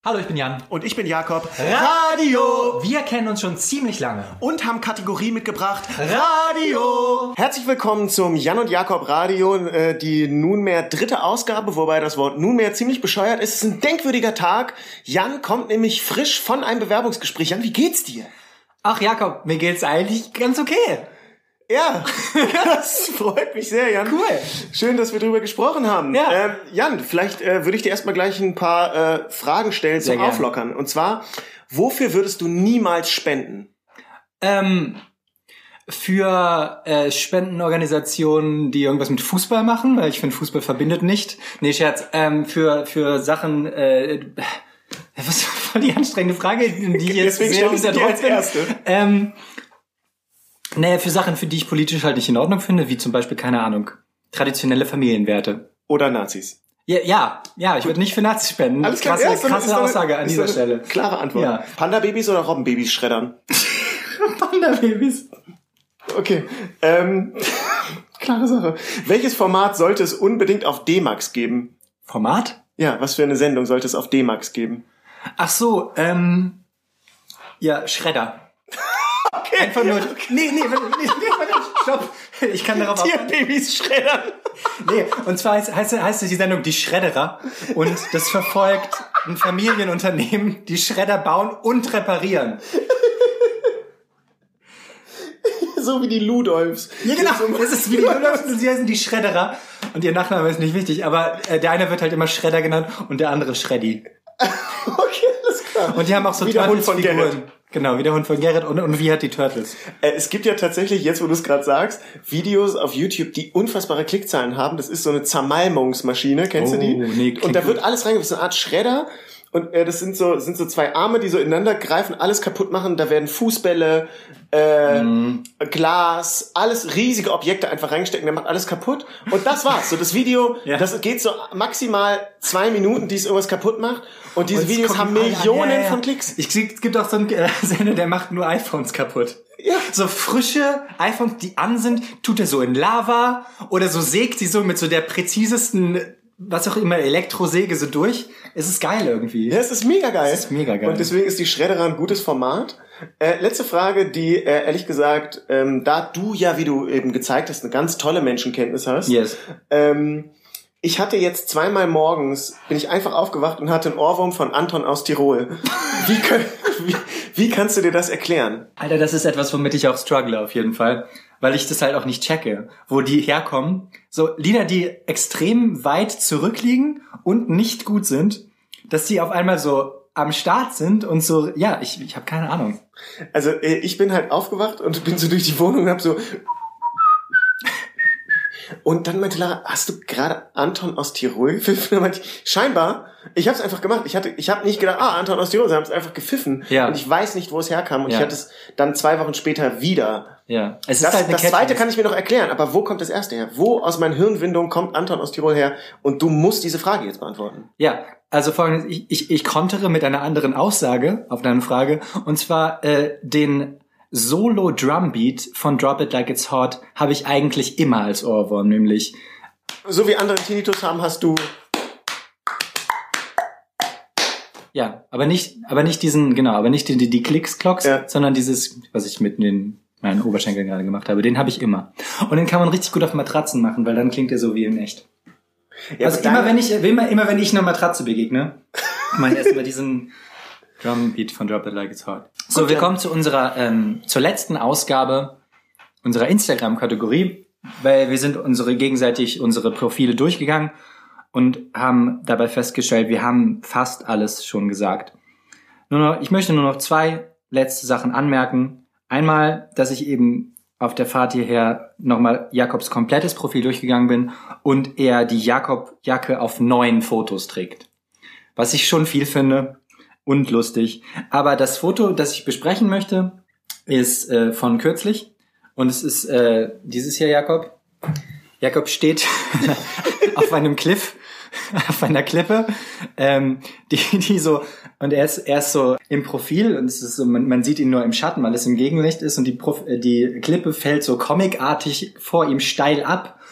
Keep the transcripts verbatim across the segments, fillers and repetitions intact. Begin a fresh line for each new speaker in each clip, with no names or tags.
Hallo, ich bin Jan.
Und ich bin Jakob.
Radio! Wir kennen uns schon ziemlich lange.
Und haben Kategorie mitgebracht. Radio! Herzlich willkommen zum Jan und Jakob Radio, äh, die nunmehr dritte Ausgabe, wobei das Wort nunmehr ziemlich bescheuert ist. Es ist ein denkwürdiger Tag. Jan kommt nämlich frisch von einem Bewerbungsgespräch. Jan, wie geht's dir?
Ach Jakob, mir geht's eigentlich ganz okay.
Ja, das freut mich sehr, Jan.
Cool.
Schön, dass wir drüber gesprochen haben.
Ja.
Ähm, Jan, vielleicht äh, würde ich dir erstmal gleich ein paar äh, Fragen stellen
Sehr
zum
gerne.
Auflockern. Und zwar, wofür würdest du niemals spenden?
Ähm, für äh, Spendenorganisationen, die irgendwas mit Fußball machen, weil ich finde, Fußball verbindet nicht. Nee, Scherz. Ähm, für, für Sachen, äh, was ist voll die anstrengende Frage, die ich jetzt
Deswegen
sehr
stelle ich sie
unter
dir
Druck
als
bin.
erste.
Ähm, Naja, für Sachen, für die ich politisch halt nicht in Ordnung finde, wie zum Beispiel, keine Ahnung, traditionelle Familienwerte.
Oder Nazis.
Ja, ja, ja, ich würde nicht für Nazis spenden.
Alles klar.
Krasse,
Ja, ist eine-
krasse
ist eine-
Aussage an
ist
dieser
eine
Stelle.
Klare Antwort.
Ja.
Panda-Babys oder Robbenbabys schreddern?
Panda-Babys.
Okay. Ähm, klare Sache. Welches Format sollte es unbedingt auf D-Max geben?
Format?
Ja, was für eine Sendung sollte es auf D-Max geben?
Ach so, ähm, ja, Schredder.
Okay.
Einfach nur, nee, nee, nee, nee, nee, stopp. Ich kann darauf aufpassen.
Tierbabys schreddern.
Nee, und zwar heißt, heißt, heißt die Sendung Die Schredderer und das verfolgt ein Familienunternehmen, die Schredder bauen und reparieren.
So wie die Ludolfs.
Ja, genau. Das ist wie die Ludolfs und sie heißen die Schredderer. Und ihr Nachname ist nicht wichtig, aber äh, der eine wird halt immer Schredder genannt und der andere Schreddi.
Okay, alles klar.
Und die haben auch so
Wie der Hund von
Turtles-Figuren.
Gerrit.
Genau, wie der Hund von Gerrit und, und wie hat die Turtles.
Äh, es gibt ja tatsächlich, jetzt wo du es gerade sagst, Videos auf YouTube, die unfassbare Klickzahlen haben. Das ist so eine Zermalmungsmaschine, kennst
Oh,
du die?
nee, klingt
und da wird
gut.
alles reingebracht, so eine Art Schredder. Und äh, das sind so sind so zwei Arme, die so ineinander greifen, alles kaputt machen. Da werden Fußbälle, äh,
Mhm.
Glas, alles riesige Objekte einfach reingestecken. Der macht alles kaputt. Und das war's. So das Video,
Ja.
das geht so maximal zwei Minuten, die es irgendwas kaputt macht. Und diese
Und es
Videos
gucken
haben
alle an.
Millionen
Ja, ja, ja.
von Klicks.
Ich, es gibt auch so einen äh, Sender, der macht nur iPhones kaputt.
Ja.
So frische iPhones, die an sind, tut er so in Lava oder so sägt die so mit so der präzisesten, was auch immer, Elektrosäge so durch. Es ist geil irgendwie.
Ja, es ist mega geil.
Es ist mega geil.
Und deswegen ist die Schredderer ein gutes Format. Äh, letzte Frage, die äh, ehrlich gesagt, ähm, da du ja, wie du eben gezeigt hast, eine ganz tolle Menschenkenntnis hast.
Yes.
Ähm, ich hatte jetzt zweimal morgens, bin ich einfach aufgewacht und hatte einen Ohrwurm von Anton aus Tirol. Wie, könnt, wie, wie kannst du dir das erklären?
Alter, das ist etwas, womit ich auch struggle auf jeden Fall. Weil ich das halt auch nicht checke, wo die herkommen. So Lieder, die extrem weit zurückliegen und nicht gut sind, dass die auf einmal so am Start sind und so, ja, ich, ich habe keine Ahnung.
Also äh, ich bin halt aufgewacht und bin so durch die Wohnung und hab so... Und dann meinte Lara, hast du gerade Anton aus Tirol gepfiffen? Und meinte ich, scheinbar, ich habe es einfach gemacht. Ich hatte, ich habe nicht gedacht, ah, Anton aus Tirol, sie haben es einfach gepfiffen.
Ja.
Und ich weiß nicht, wo es herkam. Und
Ja.
ich hatte es dann zwei Wochen später wieder.
Ja, es ist
Das,
halt eine
das zweite
Catchiness.
kann ich mir noch erklären, aber wo kommt das erste her? Wo aus meinen Hirnwindungen kommt Anton aus Tirol her? Und du musst diese Frage jetzt beantworten.
Ja, also folgendes, ich, ich, ich kontere mit einer anderen Aussage auf deine Frage, und zwar äh, den Solo-Drumbeat von Drop It Like It's Hot habe ich eigentlich immer als Ohrwurm, nämlich
So wie andere Tinnitus haben, hast du...
ja, aber nicht, aber nicht diesen, genau, aber nicht die, die, die Klicks-Klocks,
Ja.
sondern dieses, was ich mit den meinen Oberschenkeln gerade gemacht habe, den habe ich immer. Und den kann man richtig gut auf Matratzen machen, weil dann klingt er so wie in echt.
Ja,
also
aber
immer
deine-
wenn ich, immer, immer wenn ich einer Matratze begegne, mache ich erst mal diesen Drumbeat von Drop It Like It's Hot. So,
Gut,
wir
ja.
kommen zu unserer, ähm, zur letzten Ausgabe unserer Instagram-Kategorie, weil wir sind unsere gegenseitig unsere Profile durchgegangen und haben dabei festgestellt, wir haben fast alles schon gesagt. Nur noch, ich möchte nur noch zwei letzte Sachen anmerken. Einmal, dass ich eben auf der Fahrt hierher nochmal Jakobs komplettes Profil durchgegangen bin und er die Jakob-Jacke auf neun Fotos trägt. Was ich schon viel finde und lustig. Aber das Foto, das ich besprechen möchte, ist äh, von kürzlich. Und es ist äh, dieses hier, Jakob. Jakob steht auf einem Cliff, auf einer Klippe, ähm, die, die so, und er ist, er ist so im Profil und es ist so, man, man sieht ihn nur im Schatten, weil es im Gegenlicht ist und die, Prof, äh, die Klippe fällt so comicartig vor ihm steil ab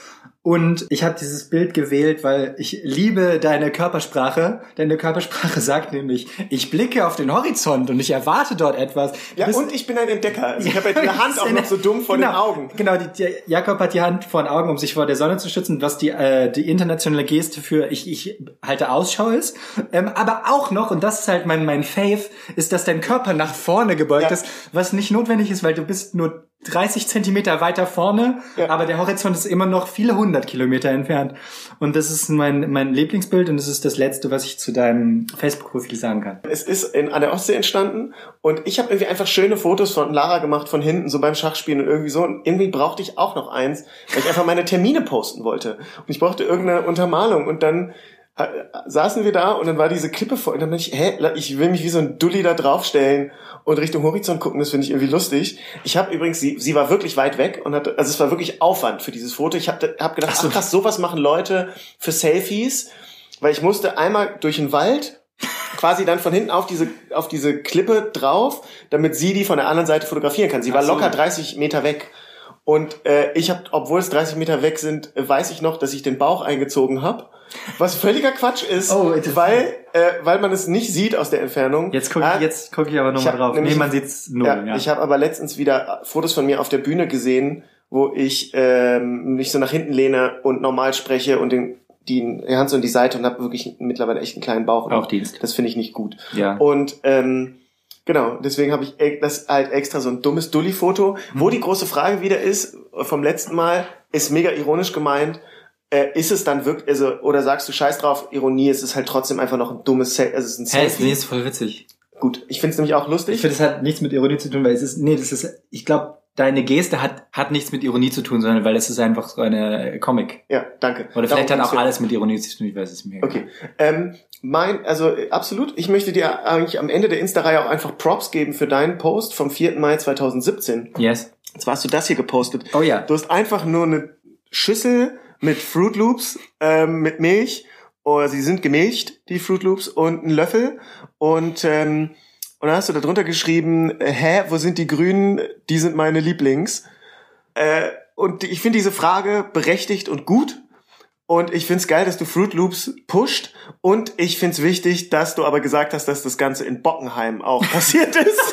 Und ich habe dieses Bild gewählt, weil ich liebe deine Körpersprache. Deine Körpersprache sagt nämlich, ich blicke auf den Horizont und ich erwarte dort etwas.
Ja,
Bis,
und ich bin ein Entdecker. Also ich habe ja die Hand auch noch so dumm vor
genau,
den Augen.
Genau, die, die, Jakob hat die Hand vor den Augen, um sich vor der Sonne zu schützen, was die äh, die internationale Geste für ich ich halte Ausschau ist. Ähm, aber auch noch, und das ist halt mein mein Fave, ist, dass dein Körper nach vorne gebeugt
ja.
ist, was nicht notwendig ist, weil du bist nur dreißig Zentimeter weiter vorne, ja. aber der Horizont ist immer noch viele hundert Kilometer entfernt. Und das ist mein mein Lieblingsbild und das ist das Letzte, was ich zu deinem Facebook-Profil sagen kann.
Es ist in, an der Ostsee entstanden und ich habe irgendwie einfach schöne Fotos von Lara gemacht, von hinten, so beim Schachspielen und irgendwie so. Und irgendwie brauchte ich auch noch eins, weil ich einfach meine Termine posten wollte. Und ich brauchte irgendeine Untermalung und dann äh, saßen wir da und dann war diese Klippe vor und dann bin ich, hä, ich will mich wie so ein Dulli da draufstellen und Richtung Horizont gucken, das finde ich irgendwie lustig. Ich habe übrigens, sie sie war wirklich weit weg und hatte, also es war wirklich Aufwand für dieses Foto. Ich habe hab gedacht, ach, so. ach krass, sowas machen Leute für Selfies, weil ich musste einmal durch den Wald, quasi dann von hinten auf diese auf diese Klippe drauf, damit sie die von der anderen Seite fotografieren kann. Sie war so. locker dreißig Meter weg. Und äh, ich habe, obwohl es dreißig Meter weg sind, äh, weiß ich noch, dass ich den Bauch eingezogen habe. Was völliger Quatsch ist, oh, weil äh, weil man es nicht sieht aus der Entfernung.
Jetzt gucke ich, jetzt guck ich aber nochmal drauf.
Nämlich,
nee, man sieht's nur.
Ja, ja. Ich habe aber letztens wieder Fotos von mir auf der Bühne gesehen, wo ich ähm, mich so nach hinten lehne und normal spreche und den die Hand so in die Seite und habe wirklich mittlerweile echt einen kleinen Bauch.
Bauchdienst.
Das finde ich nicht gut.
Ja.
Und ähm, genau, deswegen habe ich das halt extra so ein dummes Dulli-Foto. Mhm. Wo die große Frage wieder ist, vom letzten Mal, ist mega ironisch gemeint, äh, ist es dann wirklich, also, oder sagst du scheiß drauf, Ironie, es ist halt trotzdem einfach noch ein dummes Selfie, also es ist ein Selfie.
Hey, nee, ist voll witzig.
Gut, ich finde es nämlich auch lustig.
Ich finde, es hat nichts mit Ironie zu tun, weil es ist, nee, das ist, ich glaube, deine Geste hat hat nichts mit Ironie zu tun, sondern weil es ist einfach so eine Comic.
Ja, danke.
Oder vielleicht hat auch alles mit Ironie zu tun, ich weiß es mir.
Okay, ähm, mein, also absolut, ich möchte dir eigentlich am Ende der Insta-Reihe auch einfach Props geben für deinen Post vom vierten Mai zweitausendsiebzehn.
Yes.
Zwar hast du das hier gepostet.
Oh ja.
Du hast einfach nur eine Schüssel mit Fruit Loops, ähm, mit Milch, oder sie sind gemilcht, die Fruit Loops, und einen Löffel und ähm, und dann hast du da drunter geschrieben, hä, wo sind die Grünen? Die sind meine Lieblings. Äh, und ich finde diese Frage berechtigt und gut. Und ich finde es geil, dass du Fruit Loops pusht. Und ich finde es wichtig, dass du aber gesagt hast, dass das Ganze in Bockenheim auch passiert ist.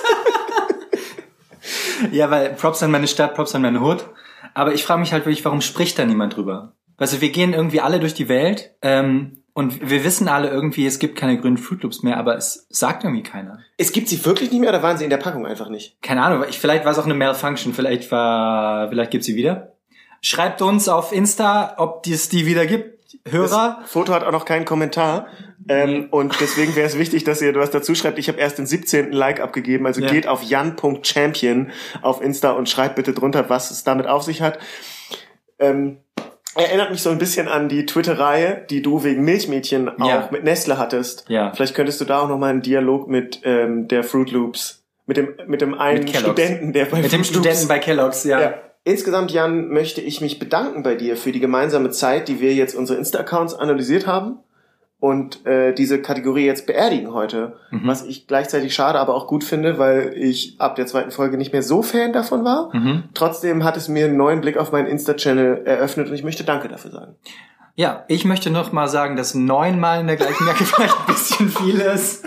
Ja, weil Props an meine Stadt, Props an meine Hood. Aber ich frage mich halt wirklich, warum spricht da niemand drüber? Also wir gehen irgendwie alle durch die Welt ähm, und wir wissen alle irgendwie, es gibt keine grünen Fruit Loops mehr, aber es sagt irgendwie keiner.
Es gibt sie wirklich nicht mehr oder waren sie in der Packung einfach nicht?
Keine Ahnung, ich, vielleicht war es auch eine Malfunction, vielleicht war, vielleicht gibt's sie wieder. Schreibt uns auf Insta, ob es die wieder gibt, Hörer.
Das Foto hat auch noch keinen Kommentar ähm, und deswegen wäre es wichtig, dass ihr was dazu schreibt. Ich habe erst den siebzehnten Like abgegeben, also ja. Geht auf jan punkt champion auf Insta und schreibt bitte drunter, was es damit auf sich hat. Ähm, Erinnert mich so ein bisschen an die Twitter-Reihe, die du wegen Milchmädchen auch ja. mit Nestle hattest.
Ja.
Vielleicht könntest du da auch nochmal einen Dialog mit ähm, der Fruit Loops, mit dem mit dem einen mit Studenten, der bei
mit
Fruit
dem Studenten
Loops,
bei Kellogg's, ja. ja.
Insgesamt, Jan, möchte ich mich bedanken bei dir für die gemeinsame Zeit, die wir jetzt unsere Insta-Accounts analysiert haben und äh, diese Kategorie jetzt beerdigen heute, mhm. was ich gleichzeitig schade, aber auch gut finde, weil ich ab der zweiten Folge nicht mehr so Fan davon war. Mhm. Trotzdem hat es mir einen neuen Blick auf meinen Insta-Channel eröffnet und ich möchte Danke dafür sagen.
Ja, ich möchte noch mal sagen, dass neunmal in der gleichen Jacke vielleicht ein bisschen viel ist.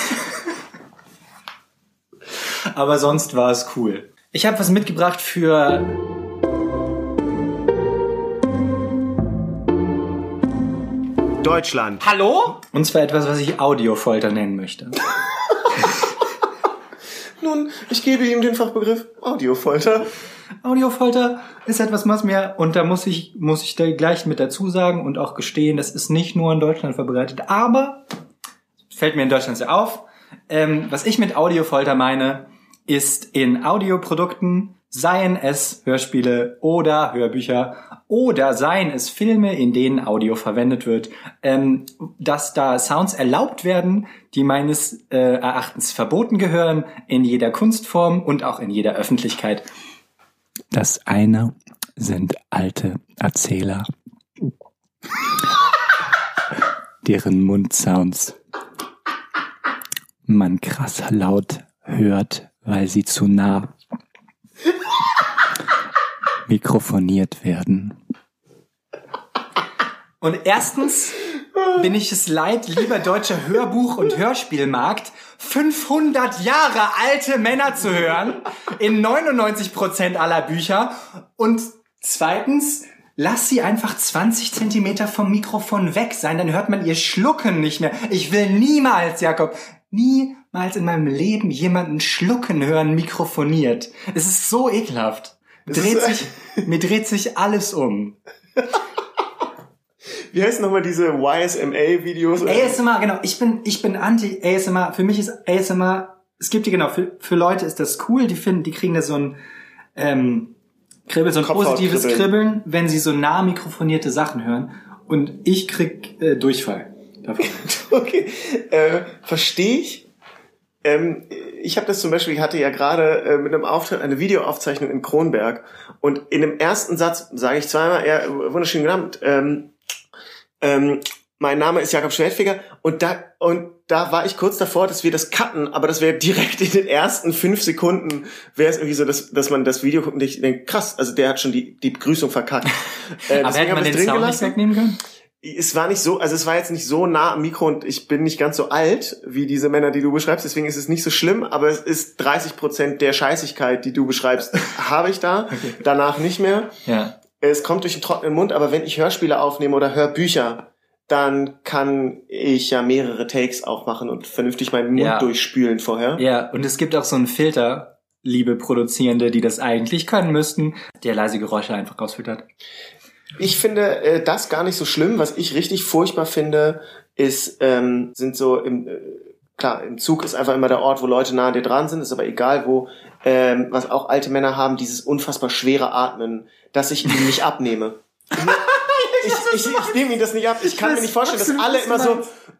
Aber sonst war es cool. Ich habe was mitgebracht für
Deutschland.
Hallo? Und zwar etwas, was ich Audiofolter nennen möchte.
Nun, ich gebe ihm den Fachbegriff Audiofolter.
Audiofolter ist etwas, was mir, und da muss ich, muss ich da gleich mit dazu sagen und auch gestehen, das ist nicht nur in Deutschland verbreitet, aber fällt mir in Deutschland sehr auf. Ähm, was ich mit Audiofolter meine, ist in Audioprodukten, seien es Hörspiele oder Hörbücher oder seien es Filme, in denen Audio verwendet wird, ähm, dass da Sounds erlaubt werden, die meines äh, Erachtens verboten gehören in jeder Kunstform und auch in jeder Öffentlichkeit. Das eine sind alte Erzähler, deren Mundsounds man krass laut hört, weil sie zu nah mikrofoniert werden. Und erstens bin ich es leid, lieber deutscher Hörbuch- und Hörspielmarkt, fünfhundert Jahre alte Männer zu hören in neunundneunzig Prozent aller Bücher. Und zweitens, lass sie einfach zwanzig Zentimeter vom Mikrofon weg sein, dann hört man ihr Schlucken nicht mehr. Ich will niemals, Jakob, niemals in meinem Leben jemanden schlucken hören, mikrofoniert. Es ist so ekelhaft. Dreht sich, mir dreht sich alles um.
Wie heißen nochmal diese Y S M A-Videos?
A S M R, genau. Ich bin, ich bin anti-A S M R. Für mich ist A S M R, es gibt die, genau, für, für Leute ist das cool. Die finden, die kriegen da so ein, ähm, Kribbel, so ein positives Kribbeln. Kribbeln, wenn sie so nah mikrofonierte Sachen hören. Und ich krieg äh, Durchfall davon.
Okay, äh, verstehe ich. Ähm, ich habe das zum Beispiel, ich hatte ja gerade äh, mit einem Auftritt eine Videoaufzeichnung in Kronberg. Und in dem ersten Satz sage ich zweimal, ja, wunderschön genannt, ähm, ähm, mein Name ist Jakob Schwertfeger. Und da, und da war ich kurz davor, dass wir das cutten, aber das wäre direkt in den ersten fünf Sekunden, wäre es irgendwie so, dass, dass man das Video guckt und ich denke, krass, also der hat schon die, die Begrüßung verkackt.
Äh, aber hätte man den Sound nicht wegnehmen können?
Es war nicht so, also es war jetzt nicht so nah am Mikro und ich bin nicht ganz so alt wie diese Männer, die du beschreibst, deswegen ist es nicht so schlimm, aber es ist dreißig Prozent der Scheißigkeit, die du beschreibst, habe ich da, okay. Danach nicht mehr.
Ja.
Es kommt durch den trockenen Mund, aber wenn ich Hörspiele aufnehme oder Hörbücher, dann kann ich ja mehrere Takes aufmachen und vernünftig meinen Mund ja. durchspülen vorher.
Ja, und es gibt auch so einen Filter, liebe Produzierende, die das eigentlich können müssten, der leise Geräusche einfach rausfiltert.
Ich finde äh, das gar nicht so schlimm. Was ich richtig furchtbar finde, ist, ähm, sind so im, äh, klar, im Zug ist einfach immer der Ort, wo Leute nah an dir dran sind, ist aber egal wo, ähm, was auch alte Männer haben, dieses unfassbar schwere Atmen, das ich ihnen nicht abnehme. Ich, ich, ich, ich nehme ihnen das nicht ab. Ich kann mir nicht vorstellen, dass alle immer so...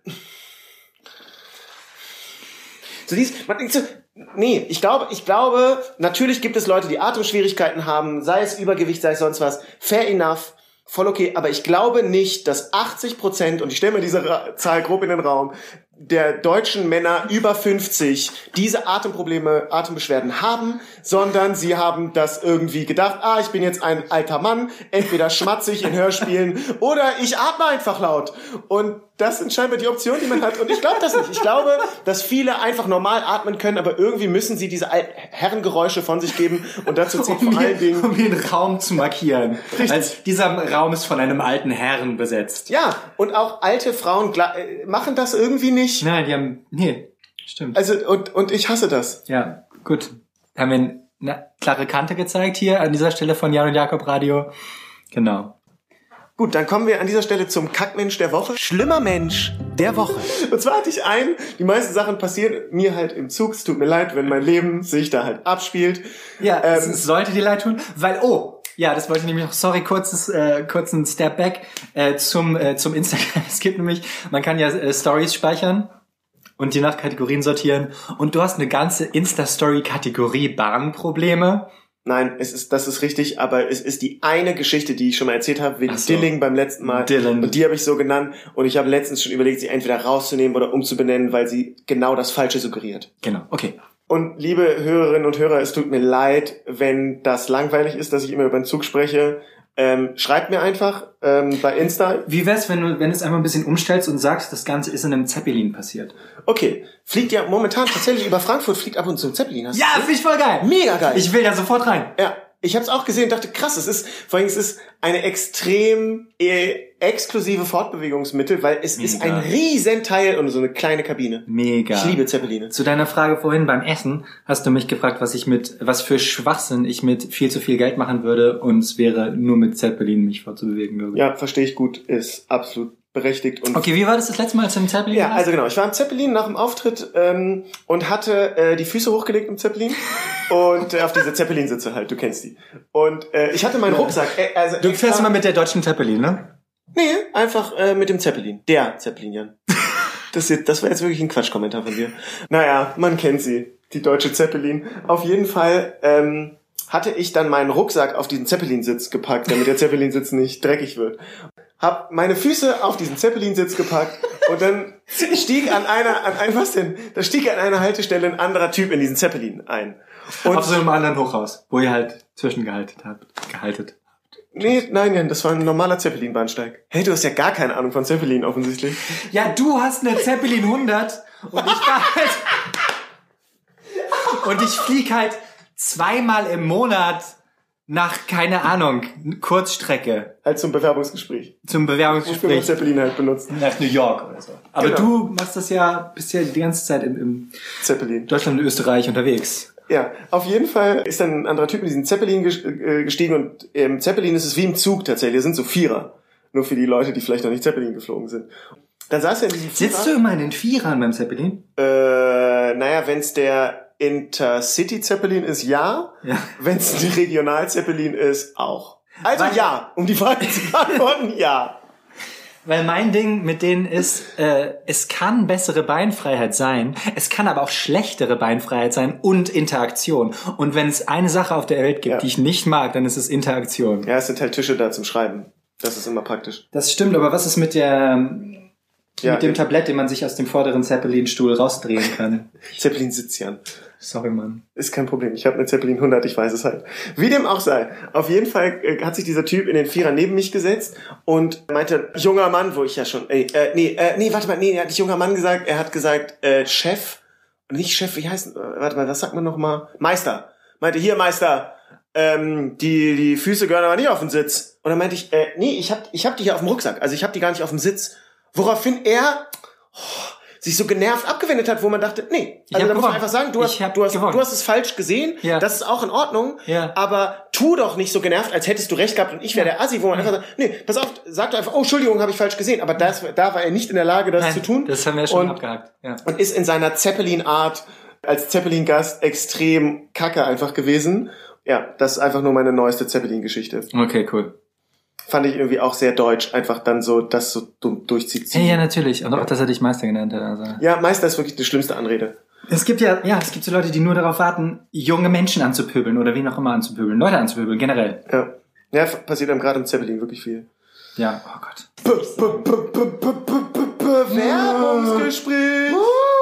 So dies, man denkt so, nee, ich glaube, ich glaube, natürlich gibt es Leute, die Atemschwierigkeiten haben, sei es Übergewicht, sei es sonst was. Fair enough, voll okay. Aber ich glaube nicht, dass achtzig Prozent, und ich stelle mir diese Ra- Zahl grob in den Raum, der deutschen Männer über fünfzig diese Atemprobleme, Atembeschwerden haben, sondern sie haben das irgendwie gedacht, ah, ich bin jetzt ein alter Mann, entweder schmatze ich in Hörspielen oder ich atme einfach laut. Und das sind scheinbar die Optionen, die man hat. Und ich glaube das nicht. Ich glaube, dass viele einfach normal atmen können, aber irgendwie müssen sie diese alten Herrengeräusche von sich geben. Und dazu zählt
um
vor allen Dingen...
Um den Raum zu markieren. Also dieser Raum ist von einem alten Herrn besetzt.
Ja, und auch alte Frauen gla- machen das irgendwie nicht.
Nein, die haben... Nee, stimmt.
Also, und, und ich hasse das.
Ja, gut. Haben wir eine klare Kante gezeigt hier an dieser Stelle von Jan und Jakob Radio. Genau.
Gut, dann kommen wir an dieser Stelle zum Kackmensch der Woche.
Schlimmer Mensch der Woche.
Und zwar hatte ich einen, die meisten Sachen passieren mir halt im Zug. Es tut mir leid, wenn mein Leben sich da halt abspielt.
Ja, ähm, es, es sollte dir leid tun, weil, oh, ja, das wollte ich nämlich noch, sorry, kurzes, äh, kurzen Step back äh, zum äh, zum Instagram. Es gibt nämlich, man kann ja äh, Stories speichern und die nach Kategorien sortieren und du hast eine ganze Insta-Story-Kategorie Bahnprobleme.
Nein, es ist, das ist richtig, aber es ist die eine Geschichte, die ich schon mal erzählt habe, wegen
so.
Dilling beim letzten Mal.
Dylan.
Und die habe ich so genannt und ich habe letztens schon überlegt, sie entweder rauszunehmen oder umzubenennen, weil sie genau das Falsche suggeriert.
Genau, okay.
Und liebe Hörerinnen und Hörer, es tut mir leid, wenn das langweilig ist, dass ich immer über den Zug spreche. Ähm, schreibt mir einfach ähm, bei Insta.
Wie wär's, wenn du wenn du es einfach ein bisschen umstellst und sagst, das Ganze ist in einem Zeppelin passiert?
Okay, fliegt ja momentan tatsächlich über Frankfurt, fliegt ab und zu ein Zeppelin. Hast
ja, finde ich voll geil.
Mega geil.
Ich will da sofort rein.
Ja, ich habe es auch gesehen und dachte, krass, es ist, vor allem es ist eine extrem äh, exklusive Fortbewegungsmittel, weil es
Mega.
ist ein riesen Teil und so eine kleine Kabine.
Mega.
Ich liebe Zeppeline.
Zu deiner Frage vorhin beim Essen hast du mich gefragt, was ich mit, was für Schwachsinn ich mit viel zu viel Geld machen würde und es wäre nur mit Zeppelin mich fortzubewegen würde.
Ja, verstehe ich gut, ist absolut berechtigt. Und
okay, wie war das das letzte Mal, als du im Zeppelin
ja,
warst?
also genau, ich war im Zeppelin nach dem Auftritt ähm, und hatte äh, die Füße hochgelegt im Zeppelin und äh, auf diese Zeppelin-Sitze halt, du kennst die. Und äh, ich hatte meinen Rucksack. Äh, also
du fährst immer mit der deutschen Zeppelin, ne?
Nee, einfach äh, mit dem Zeppelin. Der Zeppelin, Jan. Das, jetzt, das war jetzt wirklich ein Quatschkommentar von dir. Naja, man kennt sie, die deutsche Zeppelin. Auf jeden Fall ähm, hatte ich dann meinen Rucksack auf diesen Zeppelin-Sitz gepackt, damit der Zeppelin-Sitz nicht dreckig wird. Hab meine Füße auf diesen Zeppelin-Sitz gepackt und dann stieg an einer, an ein, was denn? Da stieg an einer Haltestelle ein anderer Typ in diesen Zeppelin ein. Und
auf so einem anderen Hochhaus, wo ihr halt zwischengehalten habt, gehalten.
Nee, nein, nein, das war ein normaler Zeppelin-Bahnsteig. Hey, du hast ja gar keine Ahnung von Zeppelin offensichtlich.
Ja, du hast eine Zeppelin hundert und ich war halt... und ich flieg halt zweimal im Monat nach, keine Ahnung, Kurzstrecke.
Halt zum Bewerbungsgespräch.
Zum Bewerbungsgespräch.
Wofür man Zeppelin halt benutzt.
Nach New York oder so. Aber
Genau.
du machst das ja, bist ja die ganze Zeit im, im
Zeppelin.
Deutschland und Österreich unterwegs.
Ja, auf jeden Fall ist dann ein anderer Typ in diesen Zeppelin gestiegen und im Zeppelin ist es wie im Zug tatsächlich. Das sind so Vierer. Nur für die Leute, die vielleicht noch nicht Zeppelin geflogen sind. Dann saß er in diesem Vierer.
Sitzt du immer in den Vierern beim Zeppelin?
Äh, naja, wenn's der Intercity Zeppelin ist, ja.
Ja.
Wenn's ein Regional Zeppelin ist, auch. Also
Weil-
ja, um die Frage zu beantworten, ja.
Weil mein Ding mit denen ist, äh, es kann bessere Beinfreiheit sein, es kann aber auch schlechtere Beinfreiheit sein und Interaktion. Und wenn es eine Sache auf der Welt gibt,
Ja.
die ich nicht mag, dann ist es Interaktion.
Ja, es sind halt Tische da zum Schreiben. Das ist immer praktisch.
Das stimmt, aber was ist mit der
Ja,
mit dem
der-
Tablett, den man sich aus dem vorderen Zeppelin-Stuhl rausdrehen kann?
Zeppelin sitzt Jan.
Sorry, Mann.
Ist kein Problem. Ich habe eine Zeppelin hundert, ich weiß es halt. Wie dem auch sei. Auf jeden Fall äh, hat sich dieser Typ in den Vierer neben mich gesetzt und meinte, junger Mann, wo ich ja schon, äh, äh, nee, äh, nee, warte mal, nee, er hat nicht junger Mann gesagt, er hat gesagt, äh, Chef, nicht Chef, wie heißt, äh, warte mal, was sagt man nochmal? Meister. Meinte, hier, Meister, ähm, die, die Füße gehören aber nicht auf den Sitz. Und dann meinte ich, äh, nee, ich hab, ich hab die hier auf dem Rucksack, also ich hab die gar nicht auf dem Sitz. Woraufhin er, oh, sich so genervt abgewendet hat, wo man dachte, nee,
Ich
also
hab
da muss man
gewonnen.
einfach sagen, du hast,
Ich hab
du hast,
gewonnen.
du hast es falsch gesehen,
Ja.
das ist auch in Ordnung,
Ja.
aber tu doch nicht so genervt, als hättest du recht gehabt und ich wäre
Ja.
der Assi, wo man einfach sagt, nee, pass auf, sag doch einfach, oh, Entschuldigung, habe ich falsch gesehen, aber das, da war er nicht in der Lage, das
Nein,
zu tun.
das haben wir ja schon
und,
abgehakt. Ja.
und ist in seiner Zeppelin-Art als Zeppelin-Gast extrem kacke einfach gewesen. Ja, das ist einfach nur meine neueste Zeppelin-Geschichte.
Okay, cool.
Fand ich irgendwie auch sehr deutsch, einfach dann so, das so dumm durchzieht.
Hey, ja, natürlich. Und auch, dass er dich Meister genannt hat. Also.
Ja, Meister ist wirklich die schlimmste Anrede.
Es gibt ja, ja, es gibt so Leute, die nur darauf warten, junge Menschen anzupöbeln oder wen auch immer anzupöbeln. Leute anzupöbeln, generell.
Ja, ja f- passiert einem gerade im Zeppelin wirklich viel.
Ja, oh Gott.
B- b- b- b- b- b- b- Bewerbungsgespräch.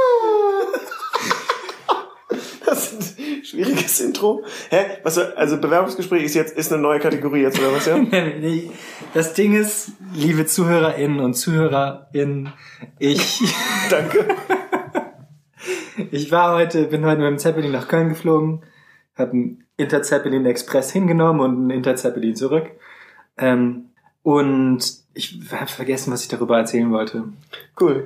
Das ist ein schwieriges Intro. Hä? Was, also Bewerbungsgespräch ist jetzt, ist eine neue Kategorie jetzt, oder was, ja?
Nee, das Ding ist, liebe ZuhörerInnen und ZuhörerInnen, ich,
Danke.
ich war heute, bin heute mit dem Zeppelin nach Köln geflogen, habe einen Interzeppelin Express hingenommen und einen Interzeppelin zurück. Ähm, und ich habe vergessen, was ich darüber erzählen wollte.
Cool.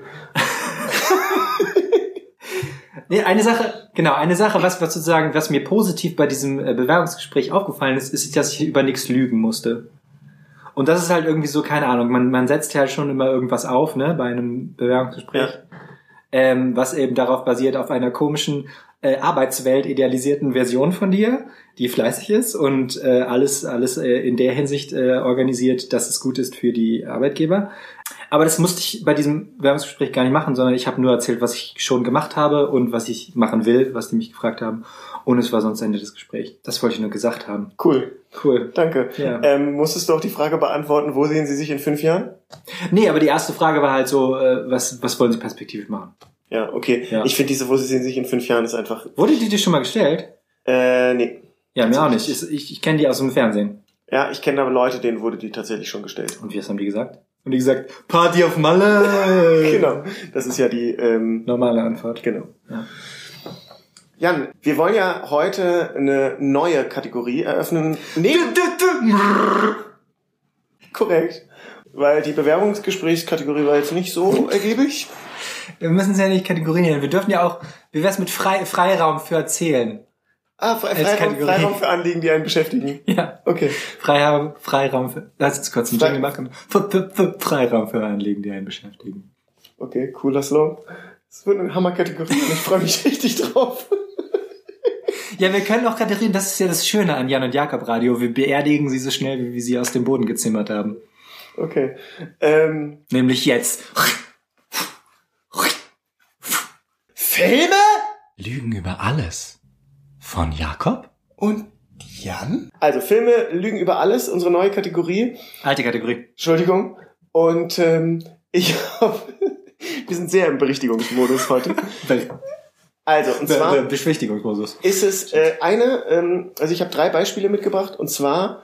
Nee, eine Sache, genau, eine Sache, was, was sozusagen, was mir positiv bei diesem äh, Bewerbungsgespräch aufgefallen ist, ist, dass ich über nichts lügen musste. Und das ist halt irgendwie so, keine Ahnung, man, man setzt ja halt schon immer irgendwas auf, ne, bei einem Bewerbungsgespräch,
Ja.
ähm, was eben darauf basiert, auf einer komischen, äh, Arbeitswelt idealisierten Version von dir, die fleißig ist und äh, alles, alles äh, in der Hinsicht äh, organisiert, dass es gut ist für die Arbeitgeber. Aber das musste ich bei diesem Bewerbungsgespräch gar nicht machen, sondern ich habe nur erzählt, was ich schon gemacht habe und was ich machen will, was die mich gefragt haben. Und es war sonst Ende des Gesprächs. Das wollte ich nur gesagt haben.
Cool.
Cool.
Danke.
Ja.
Ähm, musstest du auch die Frage beantworten, wo sehen Sie sich in fünf Jahren?
Nee, aber die erste Frage war halt so, äh, was, was wollen Sie perspektivisch machen?
Ja, okay.
Ja.
Ich finde diese, wo Sie sehen sich in fünf Jahren ist einfach,
Wurde die dir schon mal gestellt?
äh, nee.
Ja, mir auch nicht. Ich, ich, ich kenne die aus dem Fernsehen.
Ja, ich kenne aber Leute, denen wurde die tatsächlich schon gestellt.
Und wie haben die gesagt? Und die gesagt, Party auf Malle.
Genau. Das ist ja die, ähm,
Normale Antwort.
genau.
Ja.
Jan, wir wollen ja heute eine neue Kategorie eröffnen. Neben Korrekt. Weil die Bewerbungsgesprächskategorie war jetzt nicht so ergiebig.
Wir müssen es ja nicht kategorieren. Wir dürfen ja auch, wie wär's mit Frei, Freiraum für Erzählen?
Ah, Fre
Als
Freiraum,
Kategorie.
Freiraum für Anliegen, die einen beschäftigen.
Ja.
Okay.
Freiraum, Freiraum für, lass uns kurz einen
Fre-
Jingle machen. F -f -f Freiraum für Anliegen, die einen beschäftigen.
Okay, cooler Slow. Das wird eine Hammerkategorie und ich freue mich richtig drauf.
Ja, wir können auch kategorieren, das ist ja das Schöne an Jan und Jakob Radio. Wir beerdigen sie so schnell, wie wir sie aus dem Boden gezimmert haben.
Okay. Ähm,
Nämlich jetzt.
Filme
Lügen über alles. Von Jakob?
und Jan? Also Filme lügen über alles, unsere neue Kategorie.
Alte Kategorie.
Entschuldigung. Und ähm, ich hoffe, wir sind sehr im Berichtigungsmodus heute. Also, und zwar
Beschwichtigungsmodus.
ist es äh, eine, ähm, also ich habe drei Beispiele mitgebracht, und zwar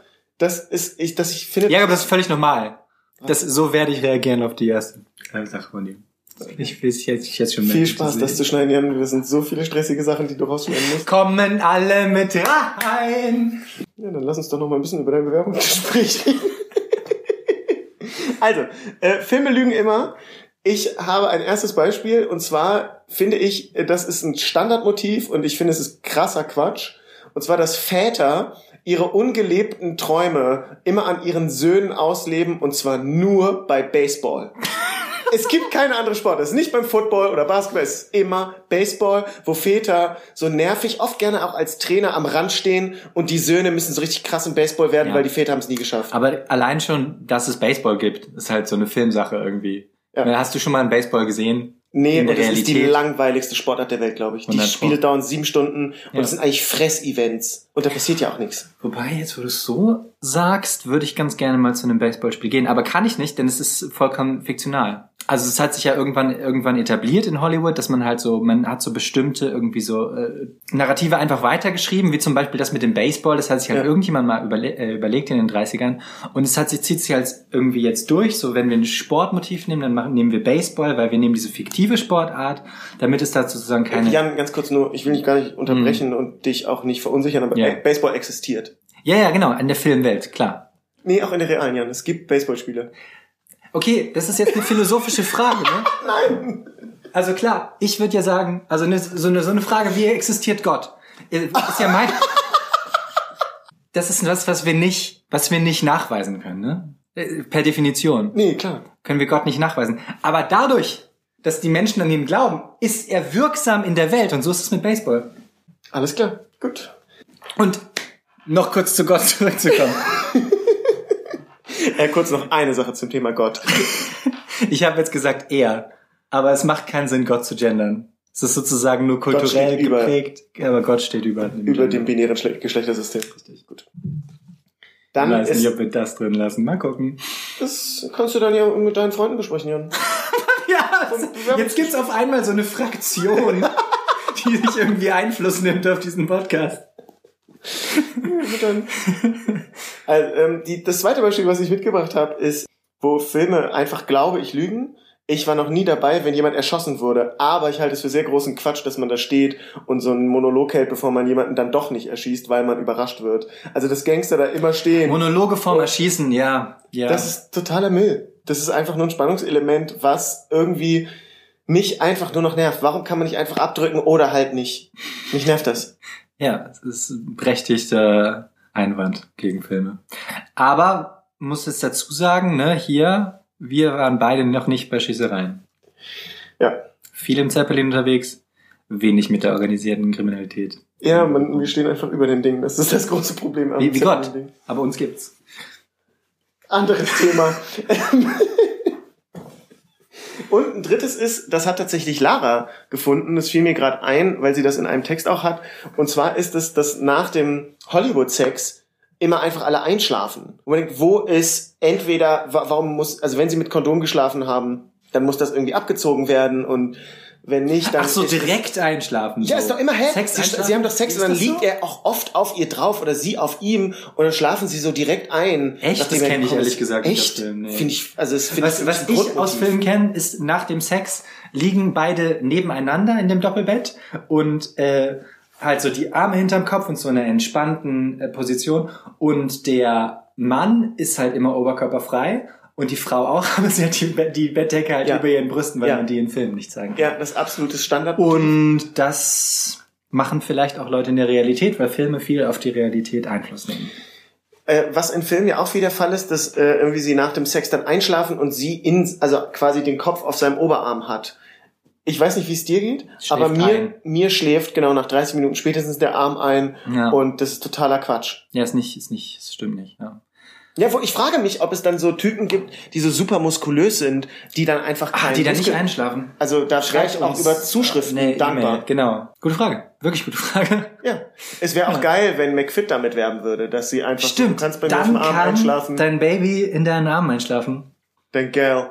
Das ist, ich, dass ich finde...
Ja, aber das ist völlig normal. Das, so werde ich reagieren auf die erste Sache von dir. Ich will es jetzt, jetzt schon
Viel Spaß, das zu schneiden, Jan. Das sind so viele stressige Sachen, die du rausschneiden musst.
Kommen alle mit rein!
Ja, dann lass uns doch noch mal ein bisschen über dein Bewerbungsgespräch reden. Also, äh, Filme lügen immer. Ich habe ein erstes Beispiel und zwar finde ich, das ist ein Standardmotiv und ich finde, es ist krasser Quatsch. Und zwar, dass Väter ihre ungelebten Träume immer an ihren Söhnen ausleben und zwar nur bei Baseball. Es gibt keine andere Sport. Es ist nicht beim Football oder Basketball. Es ist immer Baseball, wo Väter so nervig, oft gerne auch als Trainer am Rand stehen und die Söhne müssen so richtig krass im Baseball werden, ja. weil die Väter haben es nie geschafft.
Aber allein schon, dass es Baseball gibt, ist halt so eine Filmsache irgendwie. Ja. Hast du schon mal einen Baseball gesehen?
Nee, und das ist die langweiligste Sportart der Welt, glaube ich. Die Spiele dauern sieben Stunden und ja. das sind eigentlich Fress-Events. Und da passiert ja auch nichts.
Wobei, jetzt wo du es so sagst, würde ich ganz gerne mal zu einem Baseballspiel gehen. Aber kann ich nicht, denn es ist vollkommen fiktional. Also es hat sich ja irgendwann irgendwann etabliert in Hollywood, dass man halt so, man hat so bestimmte irgendwie so äh, Narrative einfach weitergeschrieben, wie zum Beispiel das mit dem Baseball. Das hat sich halt ja. irgendjemand mal überle- äh, überlegt in den dreißigern. Und es hat sich, zieht sich halt irgendwie jetzt durch. So, wenn wir ein Sportmotiv nehmen, dann machen, nehmen wir Baseball, weil wir nehmen diese fiktive Sportart, damit es da sozusagen keine...
Jan, ganz kurz nur, ich will dich gar nicht unterbrechen hm. und dich auch nicht verunsichern, aber ja. Baseball existiert.
Ja, ja, genau, in der Filmwelt, klar.
Nee, auch in der realen, Jan. Es gibt Baseballspiele.
Okay, das ist jetzt eine philosophische Frage, ne?
Nein!
Also klar, ich würde ja sagen, also eine, so, eine, so eine Frage, wie existiert Gott? Ist ja mein... Das ist was, was wir nicht, was wir nicht nachweisen können, ne? Per Definition.
Nee, klar.
Können wir Gott nicht nachweisen. Aber dadurch, dass die Menschen an ihn glauben, ist er wirksam in der Welt. Und so ist es mit Baseball.
Alles klar, gut.
Und noch kurz zu Gott zurückzukommen.
Äh, kurz noch eine Sache zum Thema Gott.
Ich habe jetzt gesagt er, aber es macht keinen Sinn, Gott zu gendern. Es ist sozusagen nur kulturell geprägt, über, aber Gott steht über dem
Über dem binären Schle- Geschlechtersystem.
Richtig, gut.
Dann
ich weiß
ist,
nicht, ob wir das drin lassen. Mal gucken.
Das kannst du dann ja mit deinen Freunden besprechen, Jan.
Ja, jetzt gibt's auf einmal so eine Fraktion, die sich irgendwie Einfluss nimmt auf diesen Podcast.
Also, ähm, die, das zweite Beispiel, was ich mitgebracht habe, ist, wo Filme einfach glaube ich lügen. Ich war noch nie dabei, wenn jemand erschossen wurde, aber ich halte es für sehr großen Quatsch, dass man da steht und so einen Monolog hält, bevor man jemanden dann doch nicht erschießt, weil man überrascht wird. Also dass Gangster da immer stehen.
Monologe vorm Erschießen, ja, ja.
Das ist totaler Müll. Das ist einfach nur ein Spannungselement, was irgendwie mich einfach nur noch nervt. Warum kann man nicht einfach abdrücken oder halt nicht? Mich nervt das.
Ja, es ist ein berechtigter Einwand gegen Filme. Aber muss es dazu sagen, ne, hier, wir waren beide noch nicht bei Schießereien.
Ja.
Viel im Zeppelin unterwegs, wenig mit der organisierten Kriminalität.
Ja, man, wir stehen einfach über den Dingen. Das ist das große Problem. Am
Wie, wie Gott, aber uns gibt's.
Anderes Thema. Und ein drittes ist, das hat tatsächlich Lara gefunden, das fiel mir gerade ein, weil sie das in einem Text auch hat. Und zwar ist es, dass nach dem Hollywood-Sex immer einfach alle einschlafen. Und man denkt, wo ist entweder, warum muss, also wenn sie mit Kondom geschlafen haben, dann muss das irgendwie abgezogen werden und wenn nicht, dann...
Ach so, direkt einschlafen.
Ja,
so.
ist doch immer, hä?
Sex
sie, sie haben doch Sex und dann liegt so? Er auch oft auf ihr drauf oder sie auf ihm und dann schlafen sie so direkt ein.
Echt? Das kenne ich ehrlich gesagt nicht aus Filmen.
Nee. Finde ich, also es finde
Was,
ich
was ich aus Filmen kenne, ist nach dem Sex liegen beide nebeneinander in dem Doppelbett und äh, halt so die Arme hinterm Kopf und so in einer entspannten äh, Position und der Mann ist halt immer oberkörperfrei. Und die Frau auch, aber sie hat die, die Bettdecke halt ja. über ihren Brüsten, weil ja. man die in Filmen nicht zeigen kann.
Ja, das ist absolutes Standard.
Und das machen vielleicht auch Leute in der Realität, weil Filme viel auf die Realität Einfluss nehmen.
Äh, was in Filmen ja auch viel der Fall ist, dass äh, irgendwie sie nach dem Sex dann einschlafen und sie in, also quasi den Kopf auf seinem Oberarm hat. Ich weiß nicht, wie es dir geht, aber mir, ein. mir schläft genau nach dreißig Minuten spätestens der Arm ein ja. und das ist totaler Quatsch.
Ja, ist nicht, ist nicht, es stimmt nicht, ja.
Ja, wo ich frage mich, ob es dann so Typen gibt, die so super muskulös sind, die dann einfach
kein... Ah, die dann nicht einschlafen.
Also da wäre ich auch über Zuschriften nee, dankbar.
E-Mail. Genau. Gute Frage. Wirklich gute Frage.
Ja. Es wäre auch ja. geil, wenn McFit damit werben würde, dass sie einfach...
Stimmt.
So, du kannst bei mir
dann
auf dem Arm
kann
einschlafen.
Dein Baby in deinen Arm einschlafen.
Dein Girl.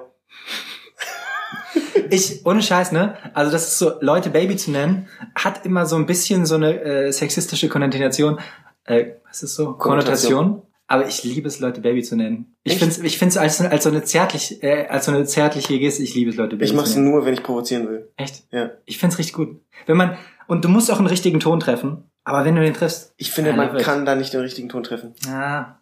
Ich, ohne Scheiß, ne? Also das ist so, Leute Baby zu nennen, hat immer so ein bisschen so eine äh, sexistische Konnotation. Äh, was ist so? Konnotation. Konnotation. Aber ich liebe es, Leute Baby zu nennen. Ich finde es ich find's als, als so eine zärtlich, äh, als so eine zärtliche Geste, ich liebe es, Leute Baby
Ich mach's
zu nennen.
nur, wenn ich provozieren will.
Echt?
Ja.
Ich find's richtig gut. Wenn man, und du musst auch einen richtigen Ton treffen, aber wenn du den triffst.
Ich finde,
ja,
man
wird.
kann da nicht den richtigen Ton treffen.
Ja.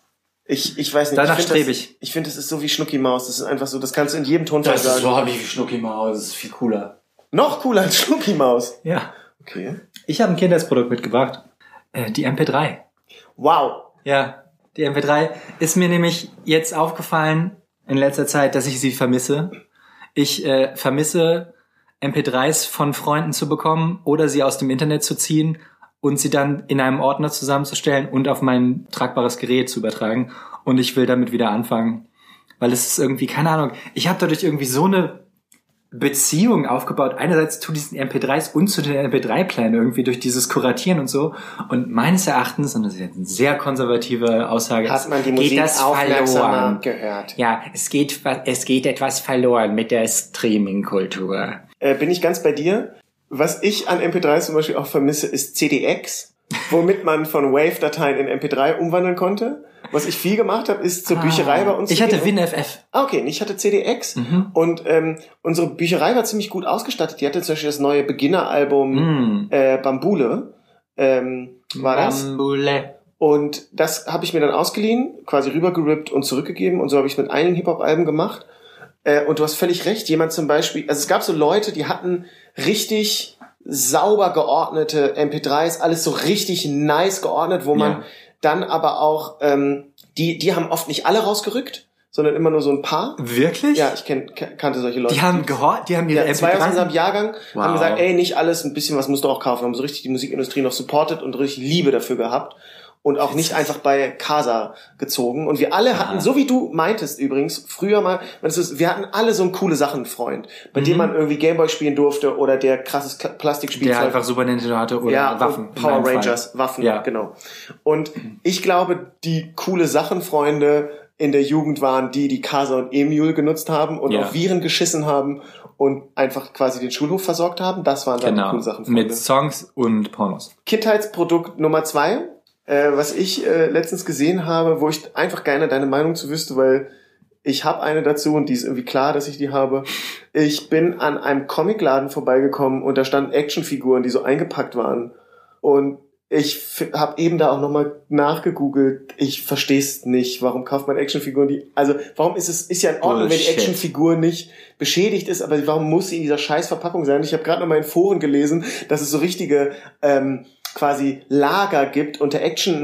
Ich, ich weiß nicht.
Danach
ich
strebe
das,
ich.
Ich finde, es ist so wie Schnucki Maus. Das ist einfach so, das kannst du in jedem Tonfall sagen.
so wie Schnucki Maus, das ist viel cooler.
Noch cooler als Schnucki Maus.
Ja.
Okay.
Ich habe ein Kindheitsprodukt mitgebracht. Äh, die M P drei.
Wow.
Ja, die M P drei ist mir nämlich jetzt aufgefallen in letzter Zeit, dass ich sie vermisse. Ich äh, vermisse M P dreis von Freunden zu bekommen oder sie aus dem Internet zu ziehen und sie dann in einem Ordner zusammenzustellen und auf mein tragbares Gerät zu übertragen. Und ich will damit wieder anfangen, weil es ist irgendwie, keine Ahnung, ich habe dadurch irgendwie so eine Beziehung aufgebaut. Einerseits zu diesen M P dreis und zu den M P drei Plänen irgendwie durch dieses Kuratieren und so. Und meines Erachtens, und das ist jetzt eine sehr konservative Aussage,
Hat man die Musik
geht das
aufmerksamer
verloren.
gehört.
Ja, es geht, es geht etwas verloren mit der Streaming-Kultur.
Äh, bin ich ganz bei dir. Was ich an M P dreis zum Beispiel auch vermisse, ist C D X, womit man von Wave-Dateien in M P drei umwandeln konnte. Was ich viel gemacht habe, ist zur
Ah,
Bücherei bei uns
ich
zu
hatte
gehen.
WinFF.
Ah, okay, ich hatte C D X
Mhm.
und ähm, unsere Bücherei war ziemlich gut ausgestattet. Die hatte zum Beispiel das neue Beginner-Album
Mm.
äh, Bambule, ähm, war das.
Bambule.
Und das habe ich mir dann ausgeliehen, quasi rübergerippt und zurückgegeben. Und so habe ich mit einigen Hip-Hop-Alben gemacht. Äh, und du hast völlig recht, jemand zum Beispiel, also es gab so Leute, die hatten richtig sauber geordnete M P dreis, alles so richtig nice geordnet, wo man
Ja.
dann aber auch, ähm, die die haben oft nicht alle rausgerückt, sondern immer nur so ein paar.
Wirklich?
Ja, ich kenn, kannte solche Leute.
Die haben gehört, die haben ihre
ja,
M P
zwei aus
drei.
unserem Jahrgang
Wow.
haben gesagt, ey, nicht alles, ein bisschen was musst du auch kaufen. Haben so richtig die Musikindustrie noch supportet und richtig Liebe dafür gehabt. Und auch nicht einfach bei Casa gezogen. Und wir alle hatten,
Ah.
so wie du meintest übrigens, früher mal, das ist, wir hatten alle so einen coole Sachen-Freund, bei dem
Mhm.
man irgendwie Gameboy spielen durfte oder der krasses Kla- Plastikspielzeug.
Der einfach Super Nintendo hatte oder
ja,
Waffen.
und
in
Power
meinem Fall.
Rangers, Waffen,
Ja.
genau. Und ich glaube, die coole Sachen-Freunde in der Jugend waren die, die Casa und Emule genutzt haben und
Ja.
auf Viren geschissen haben und einfach quasi den Schulhof versorgt haben. Das waren dann die
Genau.
coolen Sachen-Freunde.
Mit Songs und Pornos.
Kindheitsprodukt Nummer zwei, äh, was ich äh, letztens gesehen habe, wo ich einfach gerne deine Meinung zu wüsste, weil ich habe eine dazu und die ist irgendwie klar, dass ich die habe. Ich bin an einem Comicladen vorbeigekommen und da standen Actionfiguren, die so eingepackt waren. Und ich habe eben da auch nochmal nachgegoogelt. Ich verstehe es nicht. Warum kauft man Actionfiguren, die... Also warum ist es... Ist ja in Ordnung,
Bullshit.
wenn die Actionfigur nicht beschädigt ist, aber warum muss sie in dieser scheiß Verpackung sein? Ich habe gerade nochmal in Foren gelesen, dass es so richtige ähm, quasi Lager gibt unter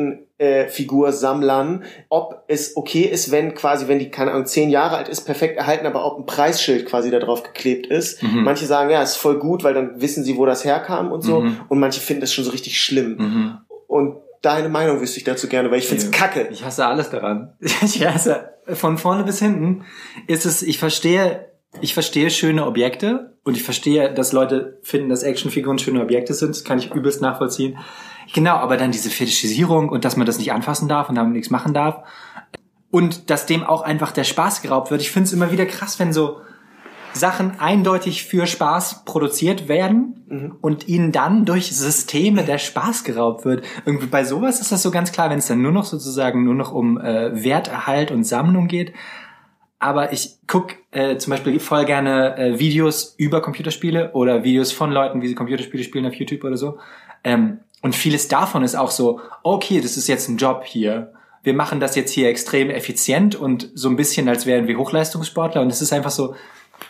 Actionfigursammlern, ob es okay ist, wenn quasi, wenn die, keine Ahnung, zehn Jahre alt ist, perfekt erhalten, aber ob ein Preisschild quasi da drauf geklebt ist.
Mhm.
Manche sagen, ja, ist voll gut, weil dann wissen sie, wo das herkam und so.
Mhm.
Und manche finden das schon so richtig schlimm.
Mhm.
Und deine Meinung wüsste ich dazu gerne, weil ich find's
Ja.
kacke.
Ich hasse alles daran. Ich hasse von vorne bis hinten ist es, ich verstehe, ich verstehe schöne Objekte und ich verstehe, dass Leute finden, dass Actionfiguren schöne Objekte sind. Das kann ich übelst nachvollziehen. Genau, aber dann diese Fetischisierung und dass man das nicht anfassen darf und damit nichts machen darf. Und dass dem auch einfach der Spaß geraubt wird. Ich finde es immer wieder krass, wenn so Sachen eindeutig für Spaß produziert werden
Mhm.
und ihnen dann durch Systeme der Spaß geraubt wird. Irgendwie bei sowas ist das so ganz klar, wenn es dann nur noch sozusagen nur noch um äh, Werterhalt und Sammlung geht. Aber ich guck äh, zum Beispiel voll gerne äh, Videos über Computerspiele oder Videos von Leuten, wie sie Computerspiele spielen auf YouTube oder so. Ähm, und vieles davon ist auch so, okay, das ist jetzt ein Job hier. Wir machen das jetzt hier extrem effizient und so ein bisschen, als wären wir Hochleistungssportler. Und es ist einfach so,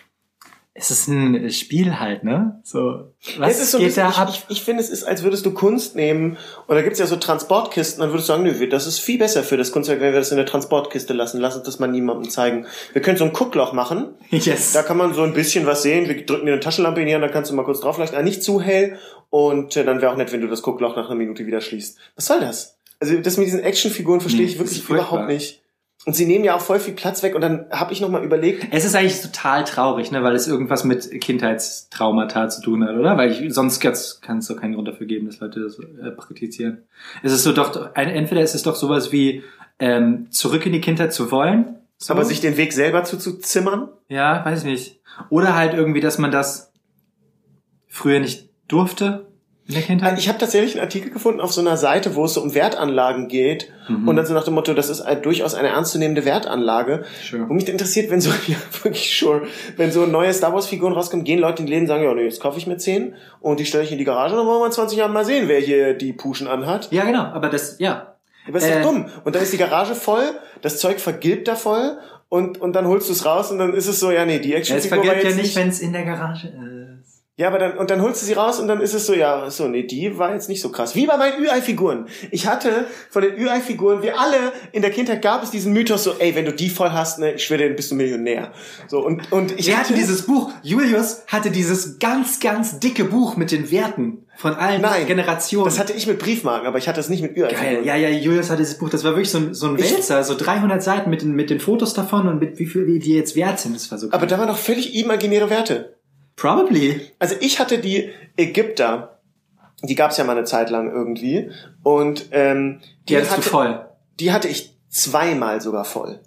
es ist ein Spiel halt, ne? So, was
Es ist so ein
geht da
bisschen,
ab?
ich, ich, ich finde, es ist, als würdest du Kunst nehmen und da gibt's ja so Transportkisten, dann würdest du sagen, nö, das ist viel besser für das Kunstwerk, wenn wir das in der Transportkiste lassen. Lass uns das mal niemandem zeigen. Wir können so ein Guckloch machen.
Yes.
Da kann man so ein bisschen was sehen. Wir drücken dir eine Taschenlampe in die Hand, dann kannst du mal kurz drauf leuchten. Ah, nicht zu hell. Und äh, dann wäre auch nett, wenn du das Guckloch nach einer Minute wieder schließt. Was soll das? Also das mit diesen Actionfiguren verstehe
Nee,
ich
das
wirklich
ist furchtbar.
überhaupt nicht. Und sie nehmen ja auch voll viel Platz weg. Und dann habe ich noch mal überlegt,
Es ist eigentlich total traurig, ne, weil es irgendwas mit Kindheitstraumata zu tun hat, oder? Weil ich, sonst kann es doch keinen Grund dafür geben, dass Leute das äh, praktizieren. Es ist so doch, ein, entweder ist es doch sowas wie ähm, zurück in die Kindheit zu wollen. So.
aber sich den Weg selber zuzuzimmern.
Ja, weiß ich nicht. Oder halt irgendwie, dass man das früher nicht durfte. in der Kindheit?
Ich habe tatsächlich einen Artikel gefunden auf so einer Seite, wo es so um Wertanlagen geht. Mhm. Und dann so nach dem Motto, das ist halt durchaus eine ernstzunehmende Wertanlage. Sure. Und mich interessiert, wenn so, ja, wirklich sure, wenn so neue Star Wars Figuren rauskommen, gehen Leute in die Läden und sagen, ja, nee, jetzt kaufe ich mir zehn und die stelle ich in die Garage und dann wollen wir in zwanzig Jahren mal sehen, wer hier die Puschen anhat.
Ja, genau, aber das, ja.
Aber das ist äh, doch dumm. Und dann ist die Garage voll, das Zeug vergilbt da voll und, und dann holst du es raus und dann ist es so, ja, nee, die Actionfigur
war jetzt... Es vergilbt ja nicht, wenn es in der Garage ist.
Ja, aber dann, und dann holst du sie raus und dann ist es so, ja, so, nee, die war jetzt nicht so krass. Wie bei meinen Ü-Ei-Figuren. Ich hatte von den Ü-Ei-Figuren, wir alle in der Kindheit gab es diesen Mythos so, ey, wenn du die voll hast, ne, ich schwöre dir, bist du Millionär. So, und, und ich
Wir
hatte
hatten dieses Buch, Julius hatte dieses ganz, ganz dicke Buch mit den Werten von allen Nein, Generationen.
Das hatte ich mit Briefmarken, aber ich hatte es nicht mit Ü-Ei-Figuren.
Geil, ja, ja, Julius hatte dieses Buch, das war wirklich so ein, so ein Wälzer, so dreihundert Seiten mit den, mit den Fotos davon und mit wie viel die jetzt wert sind, das war so geil.
Aber da waren doch völlig imaginäre Werte.
Probably.
Also ich hatte die Ägypter, die gab's ja mal eine Zeit lang irgendwie und ähm,
die, die hatte du voll.
Die hatte ich zweimal sogar voll.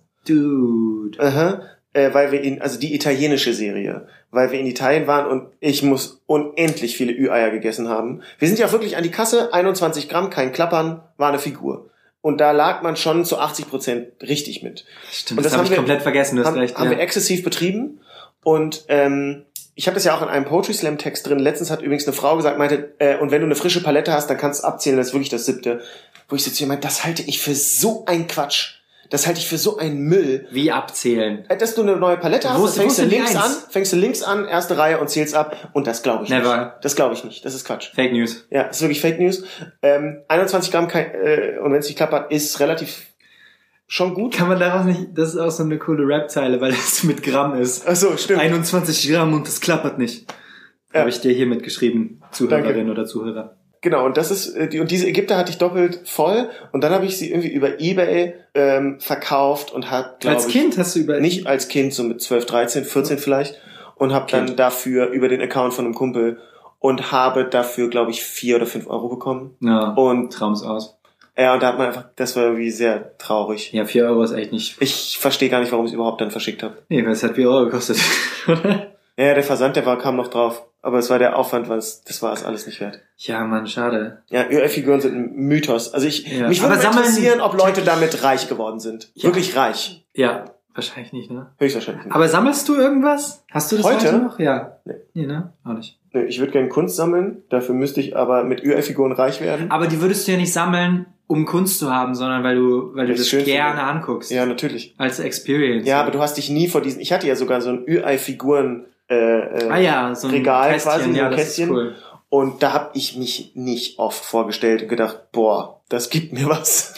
Dude.
Aha, äh, weil wir in also die italienische Serie, weil wir in Italien waren und ich muss unendlich viele Ü-Eier gegessen haben. Wir sind ja wirklich an die Kasse, einundzwanzig Gramm, kein Klappern, war eine Figur. Und da lag man schon zu achtzig Prozent richtig mit.
Stimmt,
und
das, das habe ich wir, komplett vergessen. Du hast
haben,
recht,
haben
ja.
wir exzessiv betrieben und ähm, ich habe das ja auch in einem Poetry Slam Text drin. Letztens hat übrigens eine Frau gesagt, meinte, äh, und wenn du eine frische Palette hast, dann kannst du abzählen, das ist wirklich das siebte. Wo ich so zu ihr meinte, das halte ich für so ein Quatsch. Das halte ich für so ein Müll.
Wie abzählen?
Äh, dass du eine neue Palette hast,
wusste,
dann fängst du links
eins?
an, fängst du links an, erste Reihe und zählst ab. Und das glaube ich
Never.
nicht. Das glaube ich nicht. Das ist Quatsch.
Fake News.
Ja, das ist wirklich Fake News. Ähm, einundzwanzig Gramm, kein, äh, und wenn es nicht klappert, ist relativ schon gut.
Kann man daraus nicht, das ist auch so eine coole Rap-Zeile, weil das mit Gramm ist.
Ach so, stimmt.
einundzwanzig Gramm und das klappert nicht. Ja. Habe ich dir hier mitgeschrieben, Zuhörerin Danke. Oder Zuhörer.
Genau, und das ist die und diese Ägypter hatte ich doppelt voll und dann habe ich sie irgendwie über eBay ähm, verkauft und habe glaube ich
als Kind hast du über
nicht als Kind so mit zwölf, dreizehn, vierzehn vielleicht und habe dann dafür über den Account von einem Kumpel und habe dafür glaube ich vier oder fünf Euro bekommen.
Ja.
Und
Traum's aus.
Ja, und da hat man einfach, das war irgendwie sehr traurig.
Ja, vier Euro ist echt nicht.
Ich verstehe gar nicht, warum ich es überhaupt dann verschickt habe.
Nee, weil es hat vier Euro gekostet.
Ja, der Versand, der war, kam noch drauf. Aber es war der Aufwand, was, das war es alles nicht wert.
Ja, Mann, schade.
Ja, Ü-Ei-Figuren sind ein Mythos. Also ich,
ja.
mich würde mal interessieren, ob Leute damit reich geworden sind. Ja. Wirklich reich.
Ja, wahrscheinlich nicht, ne?
Höchstwahrscheinlich nicht.
Aber sammelst du irgendwas? Hast du das heute, heute noch? Ja.
Nee.
Nee, ne? Auch nicht.
Nee, ich würde gerne Kunst sammeln. Dafür müsste ich aber mit Ü-Ei-Figuren reich werden.
Aber die würdest du ja nicht sammeln, um Kunst zu haben, sondern weil du, weil du das, das gerne finde. Anguckst.
Ja, natürlich.
Als Experience.
Ja, aber du hast dich nie vor diesen, ich hatte ja sogar so ein Ü-Ei-Figuren Äh, äh,
ah ja, so ein
Regal
Kästchen,
quasi,
ja,
ein Kästchen.
Cool.
Und da habe ich mich nicht oft vorgestellt und gedacht, boah, das gibt mir was.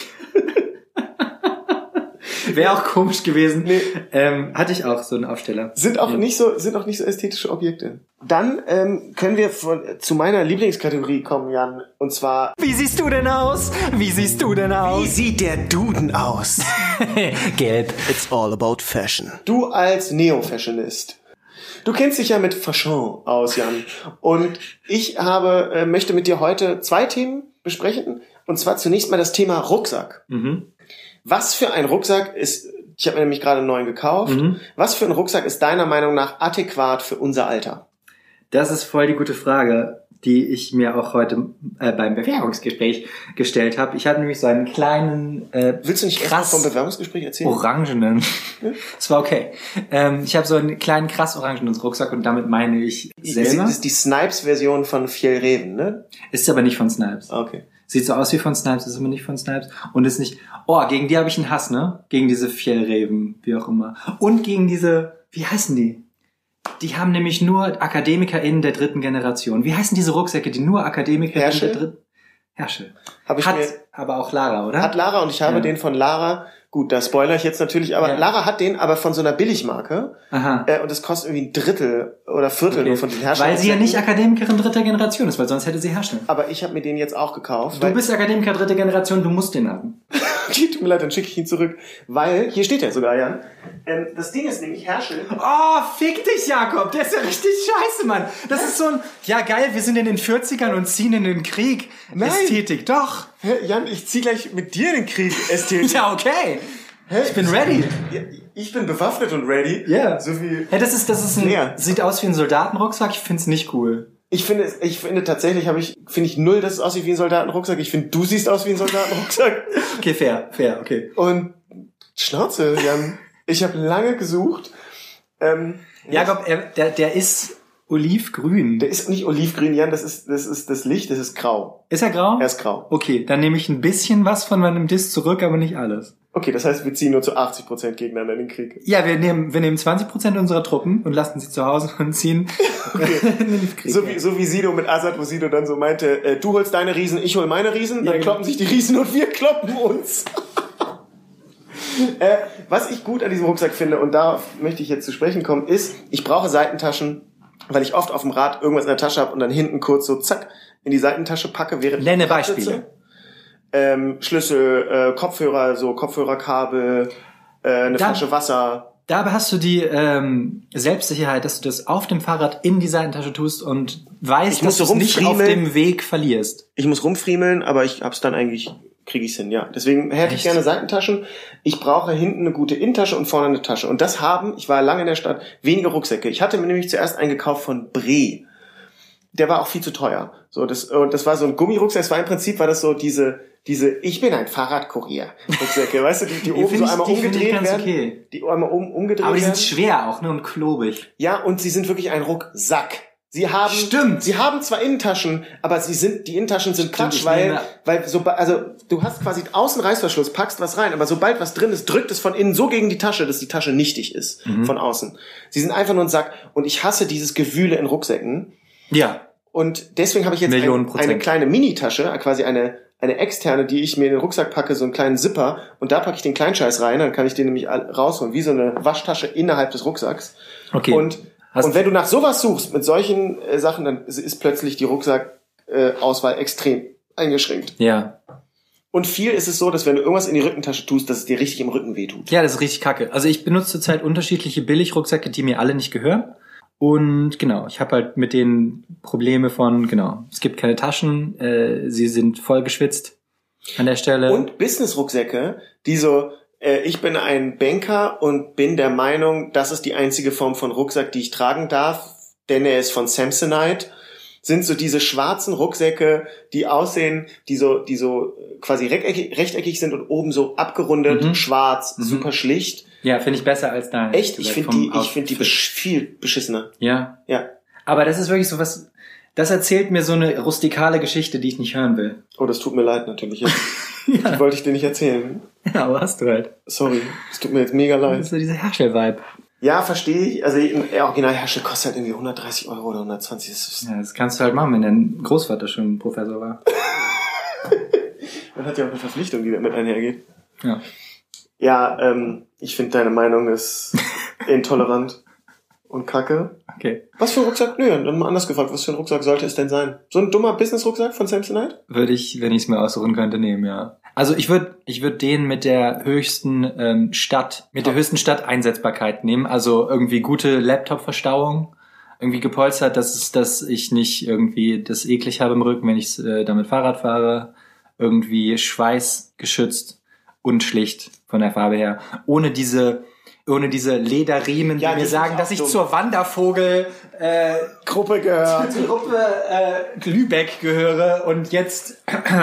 Wäre auch komisch gewesen. Nee. Ähm, hatte ich auch so einen Aufsteller.
Sind auch ja. nicht so, sind auch nicht so ästhetische Objekte. Dann ähm, können wir von, zu meiner Lieblingskategorie kommen, Jan. Und zwar:
Wie siehst du denn aus? Wie siehst du denn aus?
Wie sieht der Duden aus?
Gelb.
It's all about fashion.
Du als Neo-Fashionist. Du kennst dich ja mit Fashion aus, Jan. Und ich habe, äh, möchte mit dir heute zwei Themen besprechen. Und zwar zunächst mal das Thema Rucksack.
Mhm.
Was für ein Rucksack ist, ich habe mir nämlich gerade einen neuen gekauft, mhm. was für ein Rucksack ist deiner Meinung nach adäquat für unser Alter?
Das ist voll die gute Frage, die ich mir auch heute äh, beim Bewerbungsgespräch gestellt habe. Ich hatte nämlich so einen kleinen äh,
Willst du nicht krass vom Bewerbungsgespräch erzählen?
Orangenen. Ja? Das war okay. Ähm, ich habe so einen kleinen krass orangenen Rucksack und damit meine ich selber.
Das ist die Snipes-Version von Fjällräven, ne?
Ist aber nicht von Snipes.
Okay.
Sieht so aus wie von Snipes, ist aber nicht von Snipes. Und ist nicht, oh, gegen die habe ich einen Hass, ne? Gegen diese Fjällräven, wie auch immer. Und gegen diese, wie heißen die? Die haben nämlich nur AkademikerInnen der dritten Generation. Wie heißen diese Rucksäcke, die nur AkademikerInnen der dritten... Herschel.
Hab ich
hat
mir,
aber auch Lara, oder?
Hat Lara und ich habe
ja.
den von Lara... Gut, da spoilere ich jetzt natürlich, aber ja. Lara hat den aber von so einer Billigmarke. Aha. Äh, und das kostet irgendwie ein Drittel oder Viertel okay. nur von den Herstellern.
Weil sie ja nicht Akademikerin dritter Generation ist, weil sonst hätte sie Hersteller.
Aber ich habe mir den jetzt auch gekauft.
Du bist Akademiker dritter Generation, du musst den haben.
Tut mir leid, dann schicke ich ihn zurück. Weil, hier steht er sogar, Jan. Ähm, das Ding ist nämlich Herschel.
Oh, fick dich, Jakob. Der ist ja richtig scheiße, Mann. Das ist so ein, ja geil, wir sind in den vierzigern und ziehen in den Krieg. Nein. Ästhetik, doch.
Hä, Jan, ich zieh gleich mit dir in den Krieg. Ästhetik.
Ja, okay. Hä? Ich bin ready.
Ja, ich bin bewaffnet und ready.
Ja. Yeah.
So wie
hey, das ist, das ist ein,
leer.
Sieht aus wie ein Soldatenrucksack. Ich find's nicht cool.
Ich finde, es- ich finde tatsächlich habe ich, finde ich null, dass es aussieht wie ein Soldatenrucksack. Ich finde, du siehst aus wie ein Soldatenrucksack.
Okay, fair, fair, okay.
Und Schnauze, Jan. Ich habe lange gesucht. Ähm,
Jakob, er, der, der ist olivgrün.
Der ist nicht olivgrün, Jan, das ist, das ist das Licht, das ist grau.
Ist er grau?
Er ist grau.
Okay, dann nehme ich ein bisschen was von meinem Diss zurück, aber nicht alles.
Okay, das heißt, wir ziehen nur zu achtzig Prozent gegeneinander in den Krieg.
Ja, wir nehmen, wir nehmen zwanzig Prozent unserer Truppen und lassen sie zu Hause und ziehen in den Krieg.
So wie, so wie Sido mit Assad, wo Sido dann so meinte, äh, du holst deine Riesen, ich hol meine Riesen, dann
Ja, genau.
kloppen sich die Riesen und wir kloppen uns. äh, was ich gut an diesem Rucksack finde, und darauf möchte ich jetzt zu sprechen kommen, ist, ich brauche Seitentaschen, weil ich oft auf dem Rad irgendwas in der Tasche habe und dann hinten kurz so zack in die Seitentasche packe, während
Nenne
ich Rad sitze.
Beispiele.
Ähm, Schlüssel, äh, Kopfhörer, so Kopfhörerkabel, äh, eine
Dann-
Flasche Wasser.
Dabei hast du die ähm, Selbstsicherheit, dass du das auf dem Fahrrad in die Seitentasche tust und weißt,
Ich muss
dass
so
du es nicht auf
rumfriemeln.
dem Weg verlierst.
Ich muss rumfriemeln, aber ich hab's dann eigentlich, kriege ich's hin, ja. Deswegen hätte ich
Echt?
gerne Seitentaschen. Ich brauche hinten eine gute Innentasche und vorne eine Tasche. Und das haben, ich war lange in der Stadt, wenige Rucksäcke. Ich hatte mir nämlich zuerst einen gekauft von Bre. Der war auch viel zu teuer. So, das, und das war so ein Gummirucksack. Es war im Prinzip, war das so diese, diese, ich bin ein Fahrradkurier Rucksäcke, weißt du, die, die oben
find
so
ich-
einmal
die find ich
umgedreht
ganz
werden.
okay.
Die einmal um, umgedreht
Aber die
werden.
sind schwer auch, ne, und klobig.
Ja, und sie sind wirklich ein Rucksack. Sie haben,
Stimmt.
sie haben zwar Innentaschen, aber sie sind, die Innentaschen sind
Stimmt,
Quatsch,
ich
weil,
nehme-
weil so, also, du hast quasi außen Reißverschluss, packst was rein, aber sobald was drin ist, drückt es von innen so gegen die Tasche, dass die Tasche nichtig ist,
Mhm.
von außen. Sie sind einfach nur ein Sack, und ich hasse dieses Gewühle in Rucksäcken,
Ja.
und deswegen habe ich jetzt
Millionen
ein,
Prozent.
eine kleine Mini-Tasche, quasi eine, eine externe, die ich mir in den Rucksack packe, so einen kleinen Zipper, und da packe ich den Kleinscheiß rein, dann kann ich den nämlich all- rausholen, wie so eine Waschtasche innerhalb des Rucksacks.
Okay.
Und,
Hast-
und wenn du nach sowas suchst, mit solchen äh, Sachen, dann ist, ist plötzlich die Rucksackauswahl äh, extrem eingeschränkt.
Ja.
Und viel ist es so, dass wenn du irgendwas in die Rückentasche tust, dass es dir richtig im Rücken wehtut.
Ja, das ist richtig kacke. Also ich benutze zurzeit unterschiedliche Billigrucksäcke, die mir alle nicht gehören. Und genau, ich habe halt mit denen Probleme von, genau, es gibt keine Taschen, äh, sie sind voll geschwitzt an der Stelle.
Und Business-Rucksäcke, die so, äh, ich bin ein Banker und bin der Meinung, das ist die einzige Form von Rucksack, die ich tragen darf, denn er ist von Samsonite, sind so diese schwarzen Rucksäcke, die aussehen, die so, die so quasi rechteckig, rechteckig sind und oben so abgerundet,
Mhm.
schwarz,
Mhm.
super schlicht.
Ja, finde ich besser als dein.
Echt? Ich finde
Vom
die, ich finde die
Outfit.
besch viel beschissener.
Ja.
Ja.
Aber das ist wirklich so was, das erzählt mir so eine rustikale Geschichte, die ich nicht hören will.
Oh, das tut mir leid natürlich. Die wollte ich dir nicht erzählen.
Ja, aber hast du halt.
Sorry. Es tut mir jetzt mega
Das
leid.
ist so dieser Herschel-Vibe.
Ja, verstehe ich. Also ein Original-Herrscher kostet halt irgendwie hundertdreißig Euro oder hundertzwanzig. Das ist,
Ja, das kannst du halt machen, wenn dein Großvater schon Professor war.
man hat ja auch eine Verpflichtung, die damit einhergeht.
Ja.
Ja, ähm, ich finde deine Meinung ist intolerant und kacke.
Okay.
Was für ein Rucksack? Nö, dann mal anders gefragt. Was für ein Rucksack sollte es denn sein? So ein dummer Business-Rucksack von Samsonite?
Würde ich, wenn ich es mir aussuchen könnte, nehmen, ja. Also ich würde ich würd den mit der höchsten ähm, Stadt, mit der höchsten Stadteinsetzbarkeit nehmen. Also irgendwie gute Laptop-Verstauung, irgendwie gepolstert, dass es, dass ich nicht irgendwie das eklig habe im Rücken, wenn ich äh, damit Fahrrad fahre. Irgendwie schweißgeschützt und schlicht von der Farbe her. Ohne diese, ohne diese Lederriemen,
Ja,
die
die
mir
sind
sagen,
auch
dass ich
dumm.
zur Wandervogel äh,
Gruppe gehört.
zur Gruppe äh, Lübeck gehöre und jetzt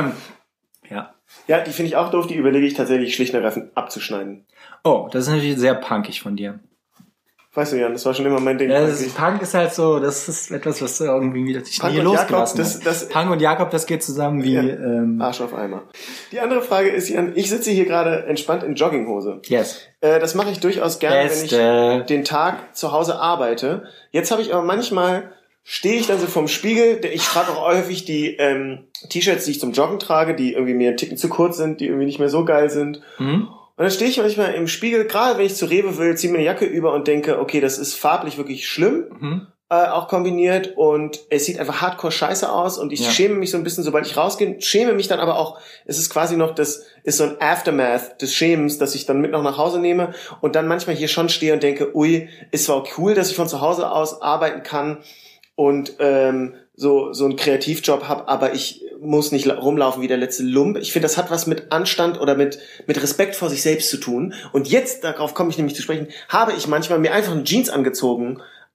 ja.
Ja, die finde ich auch doof. Die überlege ich tatsächlich schlicht und ergreifend abzuschneiden.
Oh, das ist natürlich sehr punkig von dir.
Weißt du, Jan, das war schon immer mein Ding.
Ja, das
eigentlich.
ist, Punk ist halt so, das ist etwas, was du irgendwie wieder dich
Punk
nie
und Jakob,
losgelassen
das-
hast.
das-
Punk und Jakob, das geht zusammen wie
Ja.
ähm,
Arsch auf Eimer. Die andere Frage ist, Jan, ich sitze hier gerade entspannt in Jogginghose.
yes.
Äh, das mache ich durchaus gerne, wenn ich
Beste.
den Tag zu Hause arbeite. Jetzt habe ich aber manchmal, stehe ich dann so vorm Spiegel, ich trage auch häufig die ähm, T-Shirts, die ich zum Joggen trage, die irgendwie mir einen Ticken zu kurz sind, die irgendwie nicht mehr so geil sind.
Mhm.
Und dann stehe ich manchmal im Spiegel, gerade wenn ich zu Rewe will, ziehe mir eine Jacke über und denke, okay, das ist farblich wirklich schlimm,
Mhm.
äh, auch kombiniert, und es sieht einfach hardcore scheiße aus, und ich
Ja.
schäme mich so ein bisschen, sobald ich rausgehe, schäme mich dann aber auch, es ist quasi noch das, ist so ein Aftermath des Schämens, dass ich dann mit noch nach Hause nehme und dann manchmal hier schon stehe und denke, ui, ist zwar cool, dass ich von zu Hause aus arbeiten kann und ähm, so so einen Kreativjob habe, aber ich muss nicht la- rumlaufen wie der letzte Lump. Ich finde, das hat was mit Anstand oder mit mit Respekt vor sich selbst zu tun. Und jetzt, darauf komme ich nämlich zu sprechen, habe ich manchmal mir einfach eine Jeans angezogen,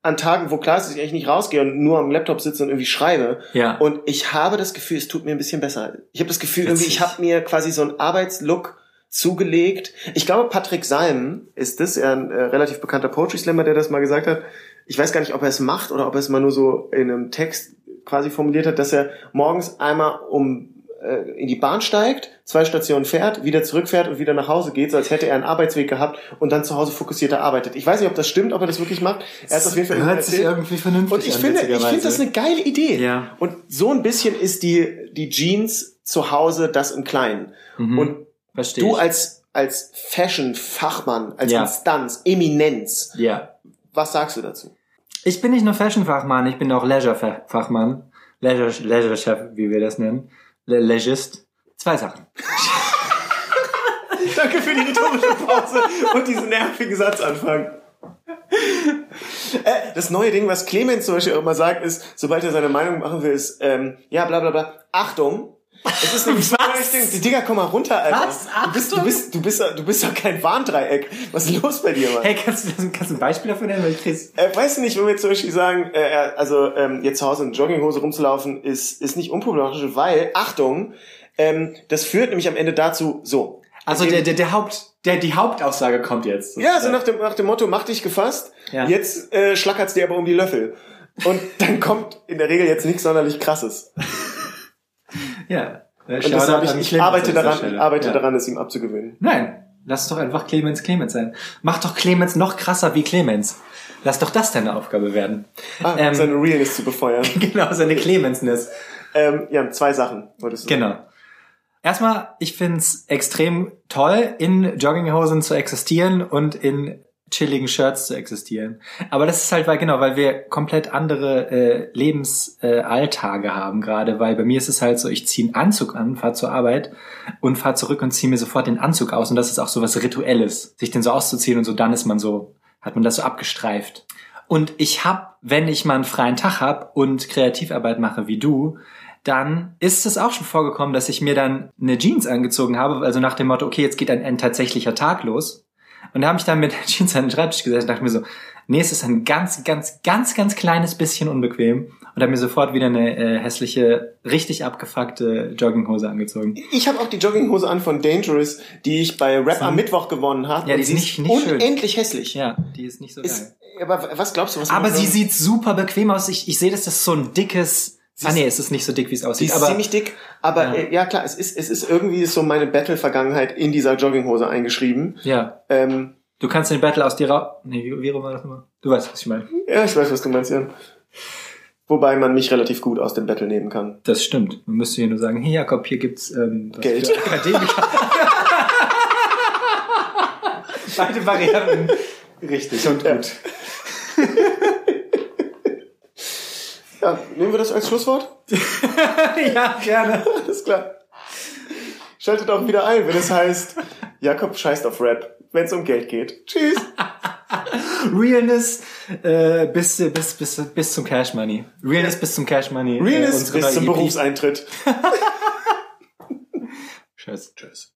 an Tagen, wo klar ist, dass ich eigentlich nicht rausgehe und nur am Laptop sitze und irgendwie schreibe.
Ja.
Und ich habe das Gefühl, es tut mir ein bisschen besser. Ich habe das Gefühl,
Witzig.
irgendwie, ich habe mir quasi so einen Arbeitslook zugelegt. Ich glaube, Patrick Salm ist das, er ein äh, relativ bekannter Poetry Slammer, der das mal gesagt hat. Ich weiß gar nicht, ob er es macht oder ob er es mal nur so in einem Text quasi formuliert hat, dass er morgens einmal um äh, in die Bahn steigt, zwei Stationen fährt, wieder zurückfährt und wieder nach Hause geht, so als hätte er einen Arbeitsweg gehabt und dann zu Hause fokussierter arbeitet. Ich weiß nicht, ob das stimmt, ob er das wirklich macht. Er hat auf jeden Fall
hört sich irgendwie vernünftig
und ich
an,
finde, ich
witzigerweise.
finde das eine geile Idee.
Ja.
Und so ein bisschen ist die die Jeans zu Hause das im Kleinen.
Mhm.
Und
Versteh
du
ich.
als als Fashion-Fachmann, als
Ja.
Instanz, Eminenz,
Ja.
was sagst du dazu?
Ich bin nicht nur Fashion-Fachmann, ich bin auch Leisure-Fachmann. Leisure, Leisure-Chef, wie wir das nennen. Le Legist. Zwei Sachen.
Danke für die rhetorische Pause und diesen nervigen Satzanfang. Äh, das neue Ding, was Clemens zum Beispiel auch immer sagt, ist, sobald er seine Meinung machen will, ist, ähm, ja, bla bla bla, Achtung, es ist nämlich so, ich denke, Digga, komm mal runter, Alter.
Was?
Du bist, du bist, du bist, du bist doch kein Warndreieck. Was ist los bei dir, Mann?
Hey, kannst du, kannst du ein Beispiel dafür nennen? Weil ich krieg's.
Äh, weißt du nicht, wenn wir zum Beispiel sagen, äh, also ähm, jetzt zu Hause in Jogginghose rumzulaufen, ist ist nicht unproblematisch, weil, Achtung, ähm, das führt nämlich am Ende dazu, so.
Also der, der, der Haupt, der, die Hauptaussage kommt jetzt.
Ja, so nach dem, nach dem Motto, mach dich gefasst,
Ja.
jetzt äh, schlackert's dir aber um die Löffel. Und dann kommt in der Regel jetzt nichts sonderlich Krasses.
Ja.
Und das habe ich, ich arbeite daran, ich arbeite
ja.
daran, es ihm abzugewöhnen.
Nein, lass doch einfach Clemens Clemens sein. Mach doch Clemens noch krasser wie Clemens. Lass doch das deine Aufgabe werden.
Ah,
Ähm,
seine Realness zu befeuern.
Genau, seine Clemensness.
ähm, ja, zwei Sachen, wolltest du sagen.
Genau. Erstmal, ich find's extrem toll, in Jogginghosen zu existieren und in chilligen Shirts zu existieren. Aber das ist halt, weil genau, weil wir komplett andere äh, Lebensalltage äh, Alltage haben gerade, weil bei mir ist es halt so, ich ziehe einen Anzug an, fahre zur Arbeit und fahre zurück und ziehe mir sofort den Anzug aus und das ist auch so was Rituelles, sich den so auszuziehen und so, dann ist man so, hat man das so abgestreift. Und ich hab, wenn ich mal einen freien Tag hab und Kreativarbeit mache wie du, dann ist es auch schon vorgekommen, dass ich mir dann eine Jeans angezogen habe, also nach dem Motto, okay, jetzt geht ein, ein tatsächlicher Tag los. Und da habe ich dann mit der Jeans an den Schreibtisch gesessen und dachte mir so, nee, es ist ein ganz, ganz, ganz, ganz kleines bisschen unbequem. Und habe mir sofort wieder eine äh, hässliche, richtig abgefuckte Jogginghose angezogen.
Ich habe auch die Jogginghose an von Dangerous, die ich bei Rap am Mittwoch gewonnen habe.
Ja, die
und
ist
sie
nicht- nicht schön.
unendlich hässlich.
Ja, die ist nicht so geil.
Ist, aber was glaubst du, was
Aber
man-
sie sieht super bequem aus. Ich, ich sehe, dass das so ein dickes... Ah nee, es ist nicht so dick, wie es
Sie
aussieht.
ist
aber
ziemlich dick, aber
Ja.
ja, äh, ja klar, es ist es ist irgendwie so meine Battle-Vergangenheit in dieser Jogginghose eingeschrieben.
ja,
Ähm,
du kannst den Battle aus dir raus... Nee, wie, wie rum war das nochmal? Du weißt, was ich meine.
ja, ich weiß, was du meinst, Jan. Wobei man mich relativ gut aus dem Battle nehmen kann.
Das stimmt. Man müsste hier nur sagen, hey Jakob, hier gibt's ähm, was
Geld.
für Akademiker. Beide Varianten richtig und
Ja.
gut.
Ja, nehmen wir das als Schlusswort?
Ja, gerne.
Alles klar. Schaltet auch wieder ein, wenn es heißt, Jakob scheißt auf Rap, wenn es um Geld geht. Tschüss.
Realness äh, bis, bis, bis, bis zum Cash Money. Realness bis zum Cash Money.
Realness
äh, unsere
bis zum
neue E P.
Berufseintritt.
Tschüss. Tschüss.